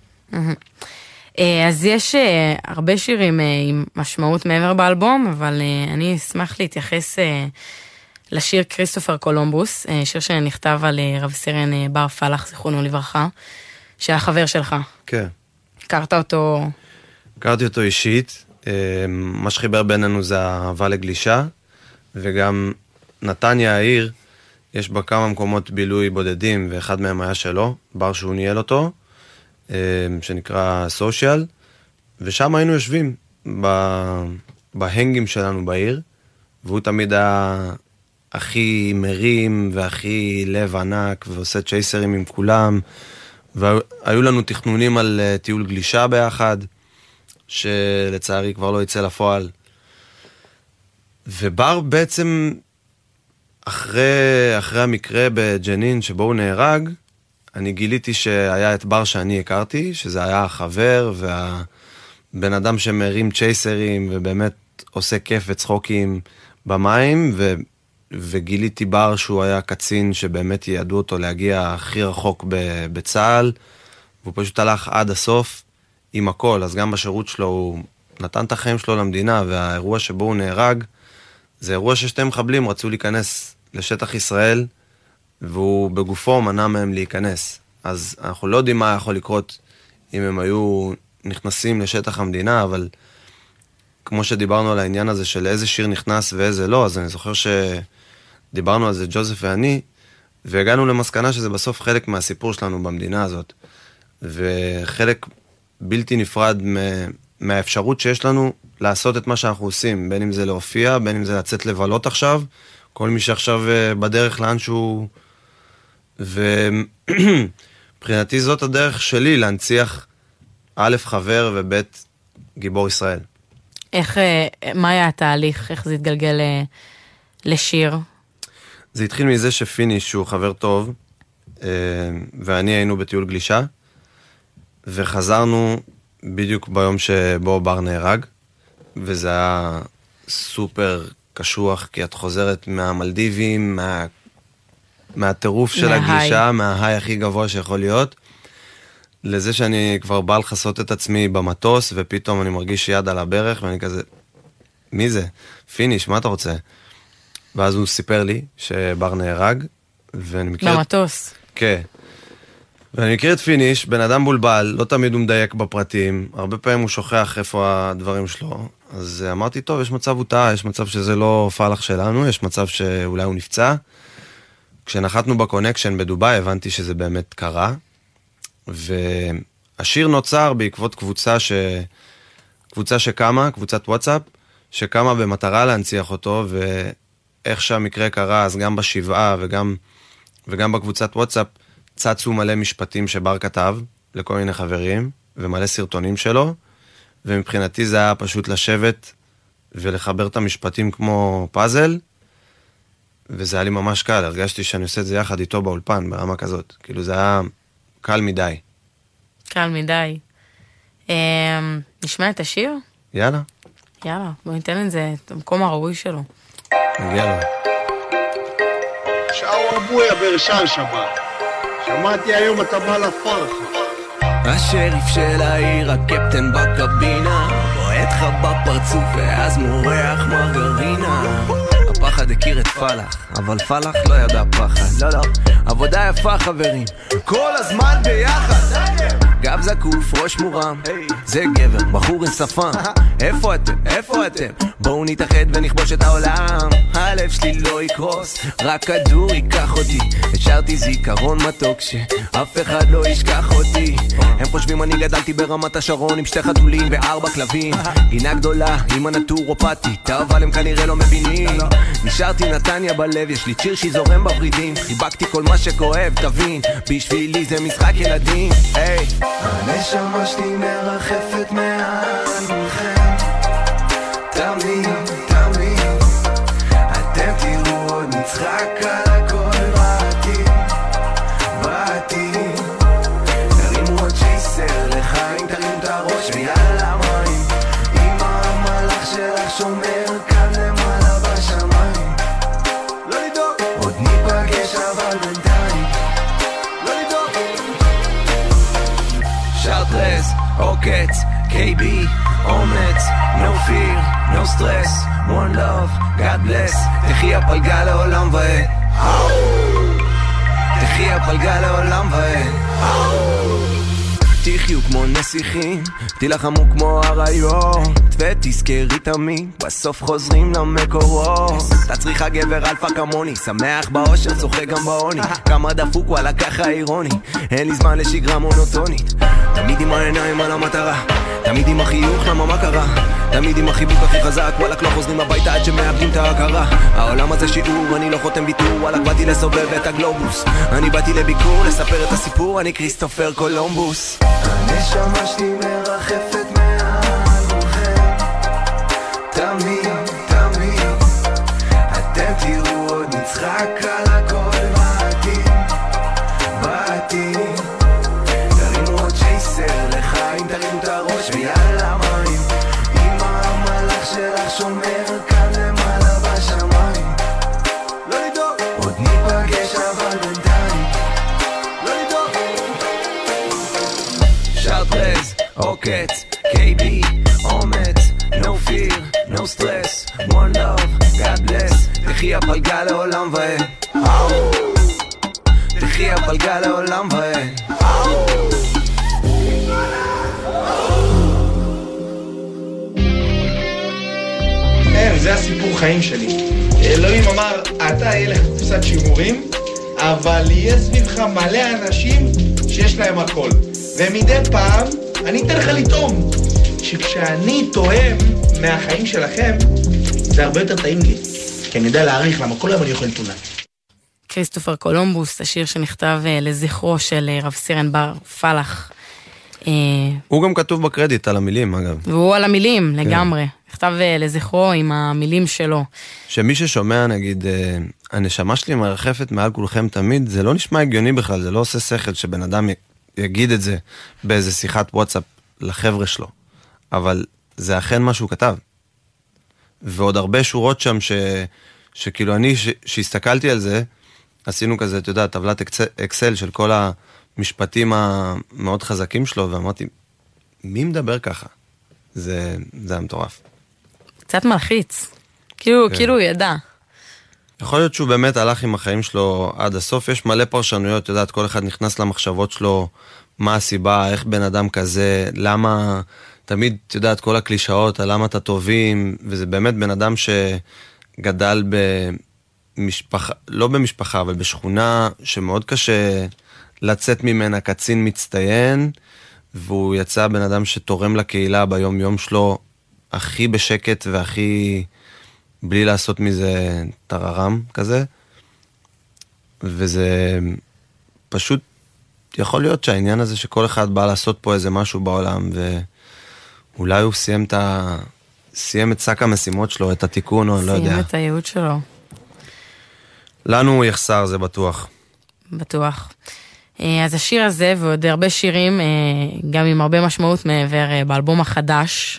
אז יש הרבה שירים עם משמעות מעבר באלבום, אבל אני אשמח להתייחס לשיר כריסטופר קולומבוס, שיר שנכתב על רב סרן בר פלח, זיכרונו לברכה, של החבר שלך. כן. הכרת אותו? הכרתי אותו אישית, מה שחיבר בינינו זה האהבה לגלישה, וגם נתניה העיר, יש בה כמה מקומות בילוי בודדים, ואחד מהם היה שלו, בר שהוא ניהל אותו, שנקרא סושיאל, ושם היינו יושבים בהנגים שלנו בעיר, והוא תמיד היה הכי מרים והכי לב ענק, ועושה צ'ייסרים עם כולם, והיו לנו תכנונים על טיול גלישה ביחד, שלצערי כבר לא יצא לפועל. ובר בעצם, אחרי, אחרי המקרה בג'נין שבו הוא נהרג, אני גיליתי שהיה את בר שאני הכרתי, שזה היה החבר והבן אדם שמרים צ'ייסרים ובאמת עושה כיף וצחוקים במים, ו, וגיליתי בר שהוא היה קצין שבאמת ידעו אותו להגיע הכי רחוק בצהל, והוא פשוט הלך עד הסוף עם הכל. אז גם בשירות שלו הוא נתן את החיים שלו למדינה, והאירוע שבו הוא נהרג, זה אירוע ששתי מחבלים רצו להיכנס לשטח ישראל, והוא בגופו מנע מהם להיכנס. אז אנחנו לא יודעים מה יכול לקרות אם הם היו נכנסים לשטח המדינה, אבל כמו שדיברנו על העניין הזה של איזה שיר נכנס ואיזה לא, אז אני זוכר שדיברנו על זה ג'וזף ואני, והגענו למסקנה שזה בסוף חלק מהסיפור שלנו במדינה הזאת, וחלק בלתי נפרד מהאפשרות שיש לנו לעשות את מה שאנחנו עושים, בין אם זה להופיע, בין אם זה לצאת לבלות עכשיו, כל מי שעכשיו בדרך לאן שהוא, ובחינתי זאת הדרך שלי להנציח א' חבר וב' גיבור ישראל. איך, מה היה התהליך? איך זה התגלגל לשיר? זה התחיל מזה שפיניש, שהוא חבר טוב, ואני היינו בטיול גלישה, וחזרנו בדיוק ביום שבו בר נהרג, וזה היה סופר קשוח, כי את חוזרת מהמלדיבים, מה, מהטירוף של הגלישה, מההיי הכי גבוה שיכול להיות, לזה שאני כבר בא לחסות את עצמי במטוס, ופתאום אני מרגיש יד על הברך, ואני כזה, מי זה? פיניש, מה אתה רוצה? ואז הוא סיפר לי שבר נהרג, ואני מכיר... במטוס. כן. ואני מכיר את פיניש, בן אדם בולבל, לא תמיד הוא מדייק בפרטים, הרבה פעמים הוא שוכח איפה הדברים שלו, אז אמרתי, טוב, יש מצב הוא טעה, יש מצב שזה לא פלח שלנו, יש מצב שאולי הוא נפצע. כשנחתנו בקונקשן בדוביי, הבנתי שזה באמת קרה, והשיר נוצר בעקבות קבוצה ש... קבוצה שקמה, קבוצת וואטסאפ, שקמה במטרה להנציח אותו, ואיך שהמקרה קרה, אז גם בשבעה וגם, וגם בקבוצת וואטסאפ, צצו מלא משפטים שבר כתב לכל מיני חברים, ומלא סרטונים שלו, ומבחינתי זה היה פשוט לשבת ולחבר את המשפטים כמו פאזל, וזה היה לי ממש קל, הרגשתי שאני עושה את זה יחד איתו באולפן, ברמה כזאת. כאילו זה היה קל מדי. קל מדי. נשמע את השיר? יאללה. יאללה, בוא ניתן את זה, את המקום הראוי שלו. נגיע לו. שאו אבויה ברשל שבת. שמעתי היום אתה בא לפרחה. השריף של העיר, הקפטן בקבינה, בועט לך בפרצוף ואז מורח מרגרינה. הפחד הכיר את פלח, אבל פלח לא ידע פחד. לא, לא. עבודה יפה חברים, כל הזמן ביחד. גב זקוף, ראש מורם, זה גבר, בחור עם שפם. איפה אתם? איפה אתם? בואו נתאחד ונכבוש את העולם. הלב שלי לא יקרוס, רק כדור ייקח אותי. השארתי זיכרון מתוק שאף אחד לא ישכח אותי. הם חושבים אני גדלתי ברמת השרון עם שתי חתולים וארבע כלבים. גינה גדולה עם הנטורופטית, אבל הם כנראה לא מבינים. נשארתי נתניה בלב, יש לי צ'יר שזורם בברידים. חיבקתי כל מה שכואב, תבין, בשבילי זה משחק ילדים. היי, הנשמה שלי מרחפת מעל כולכם, תמיד, תמיד. אתם תראו עוד נצחק על הכל בעתיד, בעתיד. תרימו עוד צ'ייסר לחיים, תרימו את הראש ויאללה מים. עם המלאך שלך שומר כאן למעלה בשמיים. לא לדאוג, עוד ניפגש אבל בינתיים. לא לדאוג. שרטרס, עוקץ, קיי בי, אומץ, no fear, no stress, one love, God bless. תחי הפלגה לעולם ועד, תחי הפלגה לעולם ועד. תחיו כמו נסיכים, תילחמו כמו אריות, ותזכרי תמיד, בסוף חוזרים למקורות. אתה צריכה גבר אלפא כמוני, שמח באושר, צוחק גם בעוני, כמה דפוק וואלה ככה אירוני, אין לי זמן לשגרה מונוטונית. תמיד עם העיניים על המטרה, תמיד עם החיוך, למה מה קרה? תמיד עם החיבוק הכי חזק, וואלק לא חוזרים הביתה עד שמאבדים את ההכרה. העולם הזה שיעור, אני לא חותם ויתור, וואלק באתי לסובב את הגלובוס, אני באתי לביקור, לספר את הסיפור, אני כריסטופר קולומבוס. הנשמה שלי מרחפת מעל כולכם, תמיד, תמיד, אתם תראו עוד נצחק על הכל בעתיד, בעתיד. תרימו עוד צ'ייסר לחיים, תרימו את הראש ויאללה מים, עם המלאך שלך שומר כאן למעלה בשמיים. לא לדאוג, עוד ניפגש אבל בינתיים, לא לדאוג. שרפרז, עוקץ, קיי בי, אומץ, no fear, no stress, one love, God bless. תחי הפלגה לעולם ועד, תחי הפלגה לעולם ועד. כן, זה הסיפור חיים שלי. אלוהים אמר, אתה יהיה לך קופסת שימורים, אבל יהיה סביבך מלא אנשים שיש להם הכל. ומדי פעם אני אתן לך לטעום, שכשאני טועם מהחיים שלכם, זה הרבה יותר טעים לי, כי אני יודע להעריך למה כל היום אני אוכל טונה. כריסטופר קולומבוס, השיר שנכתב לזכרו של רב סרן בר פלח. הוא גם כתוב בקרדיט על המילים, אגב. והוא על המילים, לגמרי. נכתב לזכרו עם המילים שלו. שמי ששומע, נגיד, הנשמה שלי מרחפת מעל כולכם תמיד, זה לא נשמע הגיוני בכלל, זה לא עושה שכל שבן אדם יגיד את זה באיזה שיחת וואטסאפ לחבר'ה שלו. אבל זה אכן מה שהוא כתב. ועוד הרבה שורות שם ש... שכאילו אני, ש... שהסתכלתי על זה, עשינו כזה, אתה יודע, טבלת אקסל של כל המשפטים המאוד חזקים שלו, ואמרתי, מי מדבר ככה? זה, זה היה מטורף. קצת מלחיץ. כאילו, כן. כאילו הוא ידע. יכול להיות שהוא באמת הלך עם החיים שלו עד הסוף, יש מלא פרשנויות, אתה יודעת, כל אחד נכנס למחשבות שלו, מה הסיבה, איך בן אדם כזה, למה, תמיד, אתה יודעת, כל הקלישאות, למה אתה טובים, וזה באמת בן אדם שגדל במשפחה, לא במשפחה, אבל בשכונה שמאוד קשה לצאת ממנה, קצין מצטיין, והוא יצא בן אדם שתורם לקהילה ביום יום שלו, הכי בשקט והכי בלי לעשות מזה טררם כזה, וזה פשוט יכול להיות שהעניין הזה שכל אחד בא לעשות פה איזה משהו בעולם, ואולי הוא סיים את ה... סיים את שק המשימות שלו, את התיקון, או לא יודע. סיים את הייעוד שלו. לנו הוא יחסר, זה בטוח. בטוח. אז השיר הזה, ועוד הרבה שירים, גם עם הרבה משמעות מעבר באלבום החדש,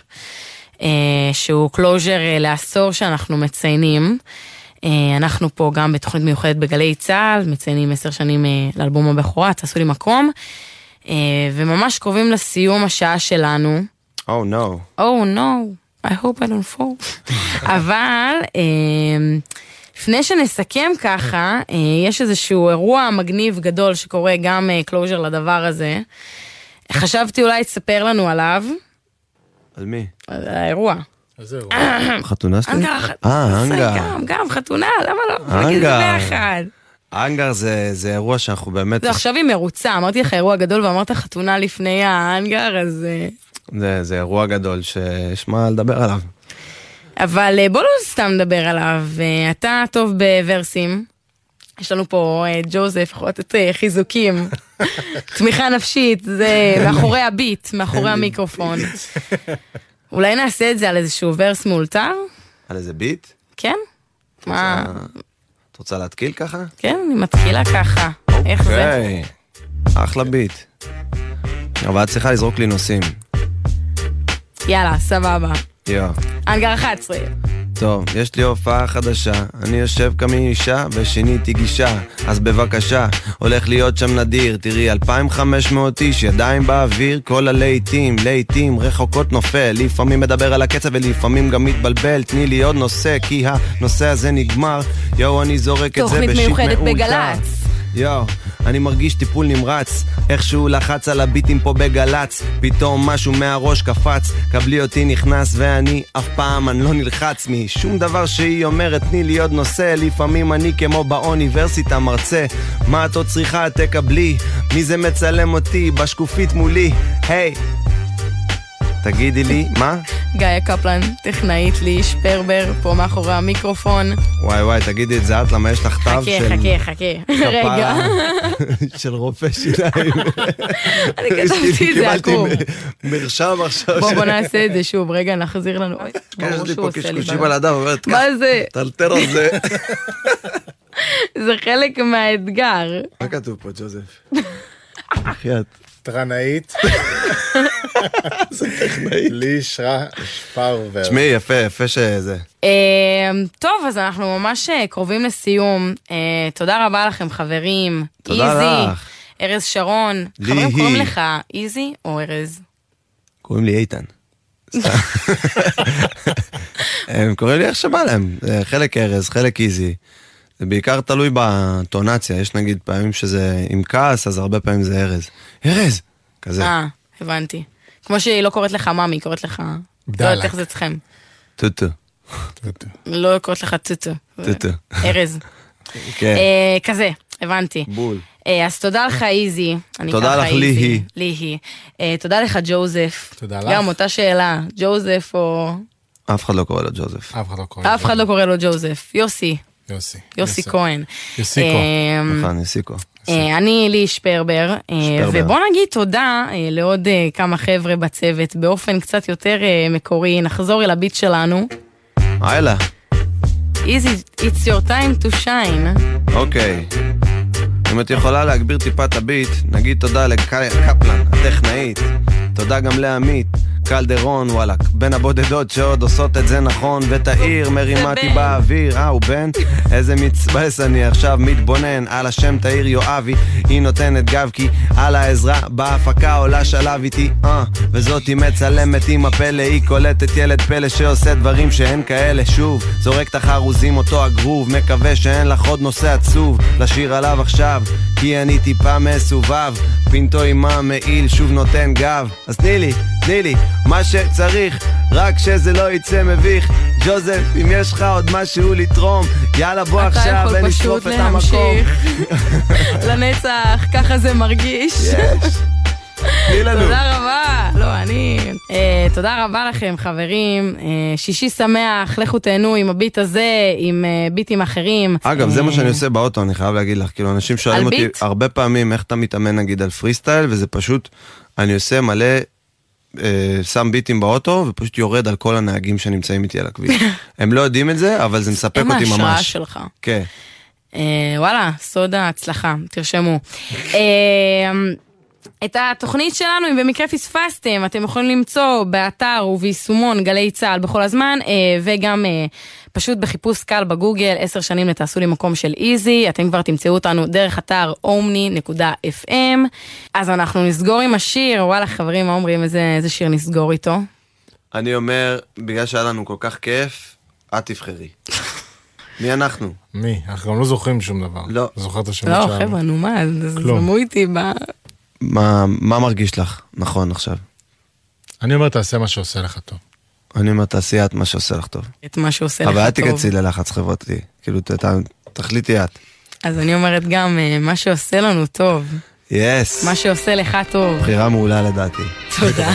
שהוא קלוז'ר לעשור שאנחנו מציינים. אנחנו פה גם בתוכנית מיוחדת בגלי צהל, מציינים עשר שנים לאלבום הבכורה, תעשו לי מקום, וממש קרובים לסיום השעה שלנו. Oh no. Oh no, I hope I don't fall. אבל לפני שנסכם ככה, יש איזשהו אירוע מגניב גדול שקורה גם קלוז'ר לדבר הזה. חשבתי אולי תספר לנו עליו. על מי? על האירוע. אז זהו. חתונה שלי? אנגר. אה, אנגר. גם, גם, חתונה, למה לא? אנגר. ביחד. אנגר זה, זה אירוע שאנחנו באמת... זה עכשיו היא מרוצה, אמרתי לך אירוע גדול ואמרת חתונה לפני האנגר, אז... זה, זה אירוע גדול שיש מה לדבר עליו. אבל בוא לא סתם נדבר עליו, אתה טוב בוורסים, יש לנו פה ג'וזף, יכולת לתת חיזוקים, תמיכה נפשית, זה מאחורי הביט, מאחורי המיקרופון. אולי נעשה את זה על איזשהו ורס מאולתר? על איזה ביט? כן. מה? את רוצה להתקיל ככה? כן, אני מתקילה ככה. איך זה? אוקיי, אחלה ביט. אבל את צריכה לזרוק לי נושאים. יאללה, סבבה. יו. אנגר אחת עשרה. טוב, יש לי הופעה חדשה, אני יושב כמאישה ושיניתי גישה, אז בבקשה, הולך להיות שם נדיר, תראי אלפיים וחמש מאות איש, ידיים באוויר, כל הלעיתים, לעיתים רחוקות נופל, לפעמים מדבר על הקצב ולפעמים גם מתבלבל, תני לי עוד נושא, כי הנושא הזה נגמר, יו, אני זורק את זה בשיט מאולתר. תוכנית מיוחדת בגלץ. יו, אני מרגיש טיפול נמרץ, איכשהו לחץ על הביטים פה בגלץ, פתאום משהו מהראש קפץ, קבלי אותי נכנס ואני אף פעם אני לא נלחץ משום דבר שהיא אומרת, תני לי עוד נושא, לפעמים אני כמו באוניברסיטה מרצה, מה את עוד צריכה תקבלי, מי זה מצלם אותי בשקופית מולי, היי תגידי לי, מה? גאיה קפלן, טכנאית לי, שפרבר, פה מאחורי המיקרופון. וואי וואי, תגידי את זה את, למה יש לך תו של... חכה, חכה, חכה. רגע. של רופא שיניים. אני כתבתי את זה עקום. מרשם עכשיו. בוא, בוא נעשה את זה שוב, רגע, נחזיר לנו. יש לי פה קשקושים על אדם, אומרת ככה. מה זה? תלתר על זה. זה חלק מהאתגר. מה כתוב פה, ג'וזף? בחייאת. טרנאית. זה טכנאית. לי שפרבר. תשמעי, יפה, יפה שזה. טוב, אז אנחנו ממש קרובים לסיום. תודה רבה לכם, חברים. תודה לך. ארז שרון. חברים, קוראים לך איזי או ארז? קוראים לי איתן. הם קוראים לי איך שבא להם. חלק ארז, חלק איזי. זה בעיקר תלוי בטונציה, יש נגיד פעמים שזה עם כעס, אז הרבה פעמים זה ארז. ארז! כזה. אה, הבנתי. כמו שהיא לא קוראת לך מאמי, היא קוראת לך... לא יודעת איך זה אצלכם. טוטו. לא קוראת לך טוטו. טוטו. ארז. כן. כזה, הבנתי. בול. אז תודה לך איזי. תודה לך ליהי. ליהי. תודה לך ג'וזף. תודה לך. גם אותה שאלה, ג'וזף או... אף אחד לא קורא לו ג'וזף. אף אחד לא קורא לו. אף אחד לא קורא לו ג'וזף. יוסי. יוסי. יוסי כהן. יוסיקו. נכון, יוסיקו. אני לי שפרבר, ובוא נגיד תודה לעוד כמה חבר'ה בצוות, באופן קצת יותר מקורי, נחזור אל הביט שלנו. הלאה. Easy, it's your time to shine. אוקיי. אם את יכולה להגביר טיפה את הביט, נגיד תודה לקפלן, הטכנאית. תודה גם לעמית. קלדרון, וואלק, בין הבודדות שעוד עושות את זה נכון, ואת העיר מרימתי באוויר, אה, הוא בן? איזה מצבס אני עכשיו מתבונן, על השם תאיר יואבי, היא נותנת גב, כי על העזרה בהפקה עולה שלב איתי, אה, וזאת היא מצלמת עם הפלא, היא קולטת ילד פלא שעושה דברים שאין כאלה, שוב, זורק את החרוזים אותו הגרוב, מקווה שאין לך עוד נושא עצוב, לשיר עליו עכשיו, כי אני טיפה מסובב, פינטו עם המעיל שוב נותן גב, אז תני לי, תני לי, מה שצריך, רק שזה לא יצא מביך. ג'וזף, אם יש לך עוד משהו לתרום, יאללה בוא עכשיו ונשרוף את המקום. לנצח, ככה זה מרגיש. תני לנו. תודה רבה. לא, אני... תודה רבה לכם, חברים. שישי שמח, לכו תהנו עם הביט הזה, עם ביטים אחרים. אגב, זה מה שאני עושה באוטו, אני חייב להגיד לך. כאילו, אנשים שואלים אותי הרבה פעמים איך אתה מתאמן נגיד על פרי סטייל, וזה פשוט, אני עושה מלא... שם ביטים באוטו ופשוט יורד על כל הנהגים שנמצאים איתי על הכביש. הם לא יודעים את זה, אבל זה מספק אותי ממש. הם ההשראה שלך. כן. וואלה, סוד ההצלחה, תרשמו. את התוכנית שלנו, אם במקרה פספסתם, אתם יכולים למצוא באתר וביישומון גלי צהל בכל הזמן, וגם פשוט בחיפוש קל בגוגל, עשר שנים לתעשו לי מקום של איזי, אתם כבר תמצאו אותנו דרך אתר אומני נקודה אף אם, אז אנחנו נסגור עם השיר, וואלה חברים, מה אומרים, איזה, איזה שיר נסגור איתו? אני אומר, בגלל שהיה לנו כל כך כיף, את תבחרי. מי אנחנו? מי? אנחנו גם לא זוכרים שום דבר. לא. זוכר את השמות שלנו. שלנו. לא, חבר'ה, נו מה, זרמו איתי ב... מה, מה מרגיש לך נכון עכשיו? אני אומר, תעשה מה שעושה לך טוב. אני אומר, תעשי את מה שעושה לך טוב. את מה שעושה לך טוב. אבל את תקצי ללחץ חברתי. כאילו, תחליטי את. אז אני אומרת גם, מה שעושה לנו טוב. יס. מה שעושה לך טוב. בחירה מעולה לדעתי. תודה.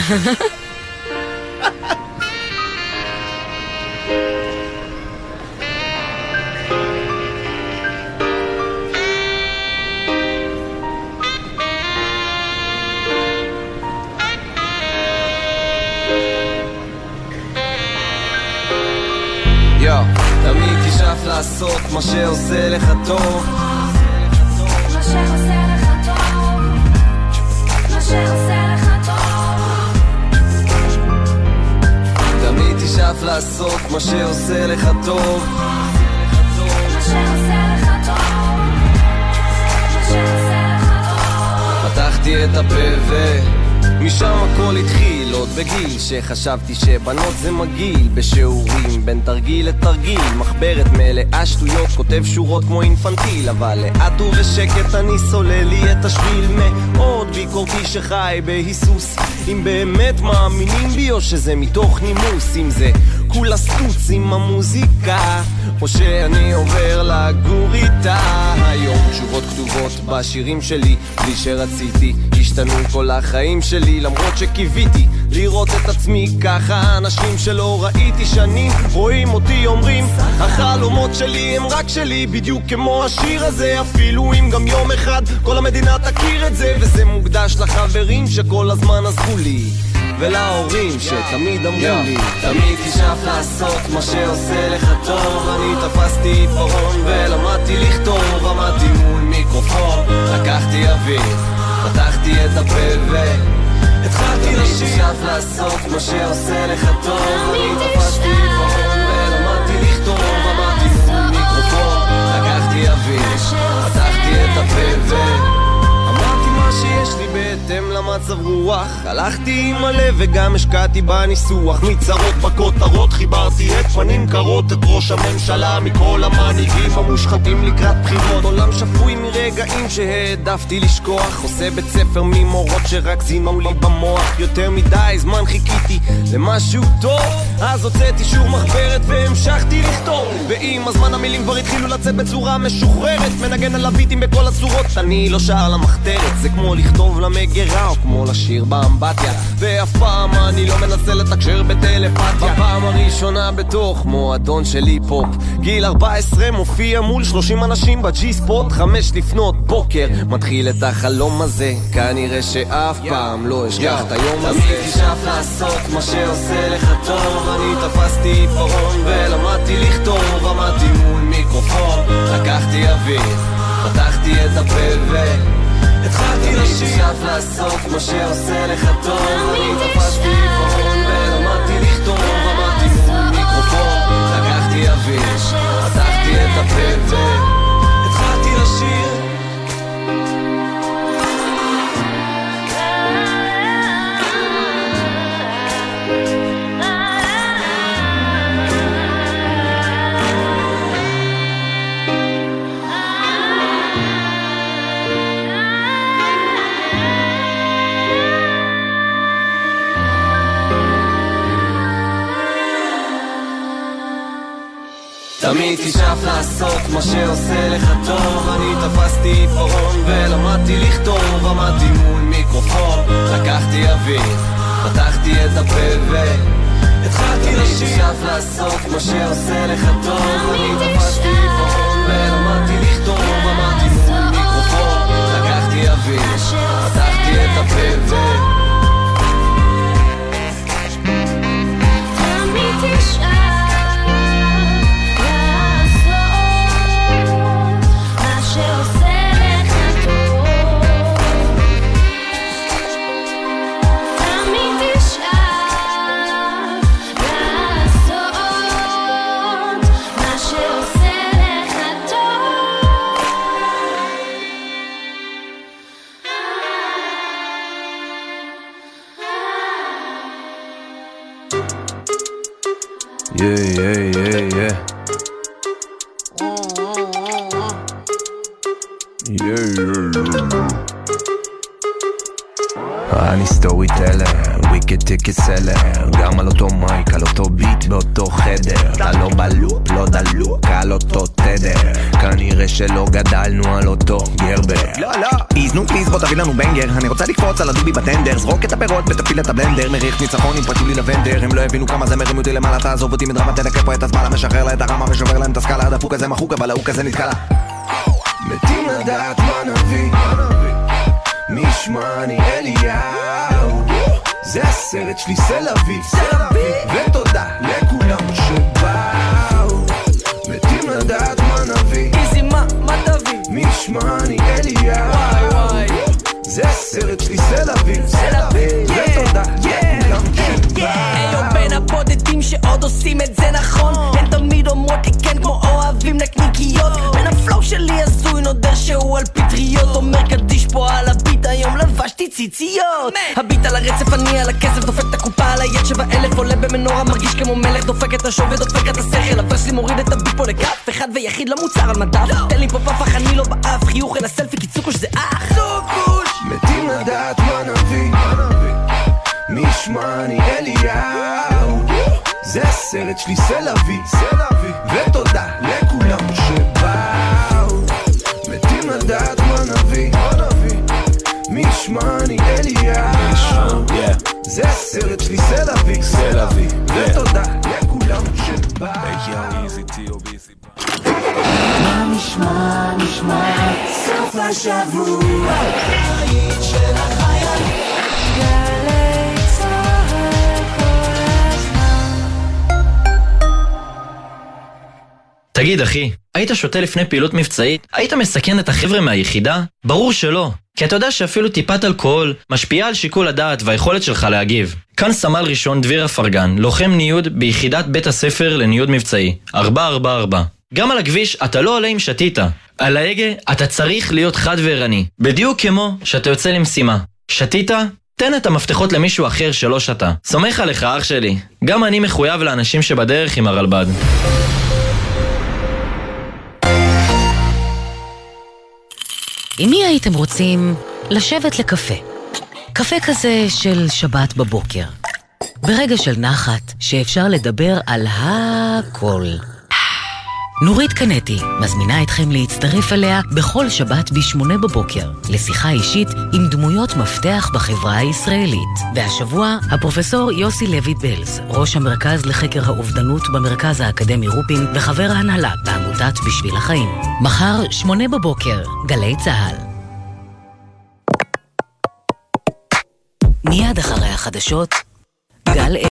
תמיד תשאף לעשות מה שעושה לך טוב, מה שעושה לך טוב, מה שעושה לך טוב. תמיד תשאף לעשות מה שעושה לך טוב, מה שעושה לך טוב, מה שעושה לך טוב. פתחתי את הפה ומשם הכל התחיל, עוד בגיל שחשבתי שבנות זה מגעיל, בשיעורים בין תרגיל לתרגיל, מחברת מלאה שטויות, כותב שורות כמו אינפנטיל, אבל לאט ובשקט אני סולל לי את השביל, מאוד ביקורתי שחי בהיסוס, אם באמת מאמינים בי או שזה מתוך נימוס, אם זה כולה סטוץ עם המוזיקה או שאני עובר לגור איתה. היום תשובות כתובות בשירים שלי בלי שרציתי, השתנו כל החיים שלי למרות שקיוויתי לראות את עצמי ככה. אנשים שלא ראיתי שנים רואים אותי אומרים החלומות שלי הם רק שלי, בדיוק כמו השיר הזה, אפילו אם גם יום אחד כל המדינה תכיר את זה. וזה מוקדש לחברים שכל הזמן עזרו לי ולהורים שתמיד אמרו לי תמיד תשאף לעשות מה שעושה לך טוב. אני תפסתי עיפרון ולמדתי לכתוב, עמדתי מול מיקרופון, לקחתי אוויר, פתחתי את הפה והתחלתי לשיר. תשאף לעשות מה שעושה לך טוב. אני תפסתי עיפרון ולמדתי לכתוב, עמדתי מול מיקרופון, לקחתי אוויר, פתחתי את הפה ואמרתי מה שיש לי בהתאם למצב רוח. הלכתי עם הלב וגם השקעתי בניסוח, מצרות בכותרות חיברתי את פנים קרות, את ראש הממשלה מכל המנהיגים המושחתים לקראת בחירות. עולם שפוי מרגעים שהעדפתי לשכוח, עושה בית ספר ממורות שרק זינו לי במוח. יותר מדי זמן חיכיתי למשהו טוב, אז הוצאתי שוב מחברת והמשכתי לכתוב, ועם הזמן המילים כבר התחילו לצאת בצורה משוחררת, מנגן על הביטים בכל הצורות, אני לא שר למחתרת. זה כמו לכתוב למגרה או כמו לשיר באמבטיה, ואף פעם אני לא מנסה לתקשר בטלפתיה. בפעם הראשונה בתוך מועדון של היפ-הופ, גיל ארבע עשרה מופיע מול שלושים אנשים בג'י ספוט, חמש לפנות בוקר מתחיל את החלום הזה, כנראה שאף פעם לא אשכח את היום הזה. תמיד תשאף לעשות מה שעושה לך טוב. אני תפסתי עיפרון ולמדתי לכתוב, עמדתי מול מיקרופון, לקחתי אוויר, פתחתי את הפה והתחלתי לשיר. תשאף לעשות מה שעושה לך טוב. אני תפסתי עיפרון ולמדתי לכתוב, עמדתי מול מיקרופון, לקחתי אוויר, פתחתי את הפה והתחלתי לשיר. תמיד תשאף לעשות מה שעושה לך טוב. אני תפסתי עיפרון ולמדתי לכתוב, עמדתי מול מיקרופון, לקחתי אוויר, פתחתי את הפה והתחלתי לשיר. תשאף לעשות מה שעושה לך טוב. אני תפסתי עיפרון ולמדתי לכתוב, עמדתי מול מיקרופון, לקחתי אוויר, פתחתי את הפה ו... Yeah, yeah, yeah, yeah. Yeah, yeah, yeah. אני סטורי טלר, וויקד טיקט סלר, גם על אותו מייק, על אותו ביט באותו חדר. אתה לא בלופ, לא דלוק, על אותו תדר, כנראה שלא גדלנו על אותו גרבר. לא, לא, איזנו פליז בוא תביא לנו בנגר, אני רוצה לקפוץ על הדובי בטנדר, זרוק את הפירות ותפיל את הבלנדר, מריח ניצחון עם פרצו לי לבנדר. הם לא הבינו כמה זה מרים אותי למעלה, תעזוב אותי מדרמה, תנקה פה את הסמאלה, משחרר לה את הרמה ושובר להם את הסקאלה. הדפוק הזה מחוק אבל ההוא כזה נתקלה. מתים לדעת מה נביא, נשמע אני אליהו, זה הסרט שלי סלבי, ותודה לכולם שבאו. מתים לדעת מה נביא, איזי מה, מה תביא? נשמע אני אליהו, זה הסרט שלי סלבי, ותודה לכולם שבאו. היו בין הבודדים שעוד עושים את זה נכון, הן תמיד אומרות לי כן כמו אוהבים נקניקיות, בין הפלואו שלי הזוי נודר שהוא על פטריות, אומר קדיש פה על הביט היום לבשתי ציציות, הביט על הרצף אני על הכסף דופק את הקופ כמו מלך, דופק את השוב ודופק את השכל. אבל שלי מוריד את הביט פה לכף אחד ויחיד למוצר על מדף. תן לי פה פפח, אני לא באף, חיוך אל הסלפי, כי צוקוש זה אח. צוקוש! מתים לדעת מה נביא, מי ישמע אני אליהו. זה הסרט שלי סלווי, ותודה לכולם שבאו. מתים לדעת מה נביא, מי ישמע אני אליהו. זה הסרט שלי סלווי, ותודה לכולם שבאו. מה נשמע, נשמע סוף השבוע היית של החייל גלי צהל כל הזמן. תגיד אחי, היית שותה לפני פעילות מבצעית? היית מסכן את החבר'ה מהיחידה? ברור שלא, כי אתה יודע שאפילו טיפת אלכוהול משפיעה על שיקול הדעת והיכולת שלך להגיב. כאן סמל ראשון דביר אפרגן, לוחם ניוד ביחידת בית הספר לניוד מבצעי ארבע ארבע ארבע. גם על הכביש אתה לא עולה עם שתית. על ההגה אתה צריך להיות חד וערני, בדיוק כמו שאתה יוצא למשימה. שתית? תן את המפתחות למישהו אחר שלא שתה. סומך עליך אח שלי, גם אני מחויב לאנשים שבדרך עם הרלב"ד. עם מי הייתם רוצים לשבת לקפה? קפה כזה של שבת בבוקר, ברגע של נחת שאפשר לדבר על הכל. נורית קנטי מזמינה אתכם להצטרף אליה בכל שבת בשמונה בבוקר לשיחה אישית עם דמויות מפתח בחברה הישראלית. והשבוע הפרופסור יוסי לוי בלז, ראש המרכז לחקר האובדנות במרכז האקדמי רופין וחבר ההנהלה בעמותת בשביל החיים. מחר שמונה בבוקר, גלי צהל. מיד אחרי החדשות, גל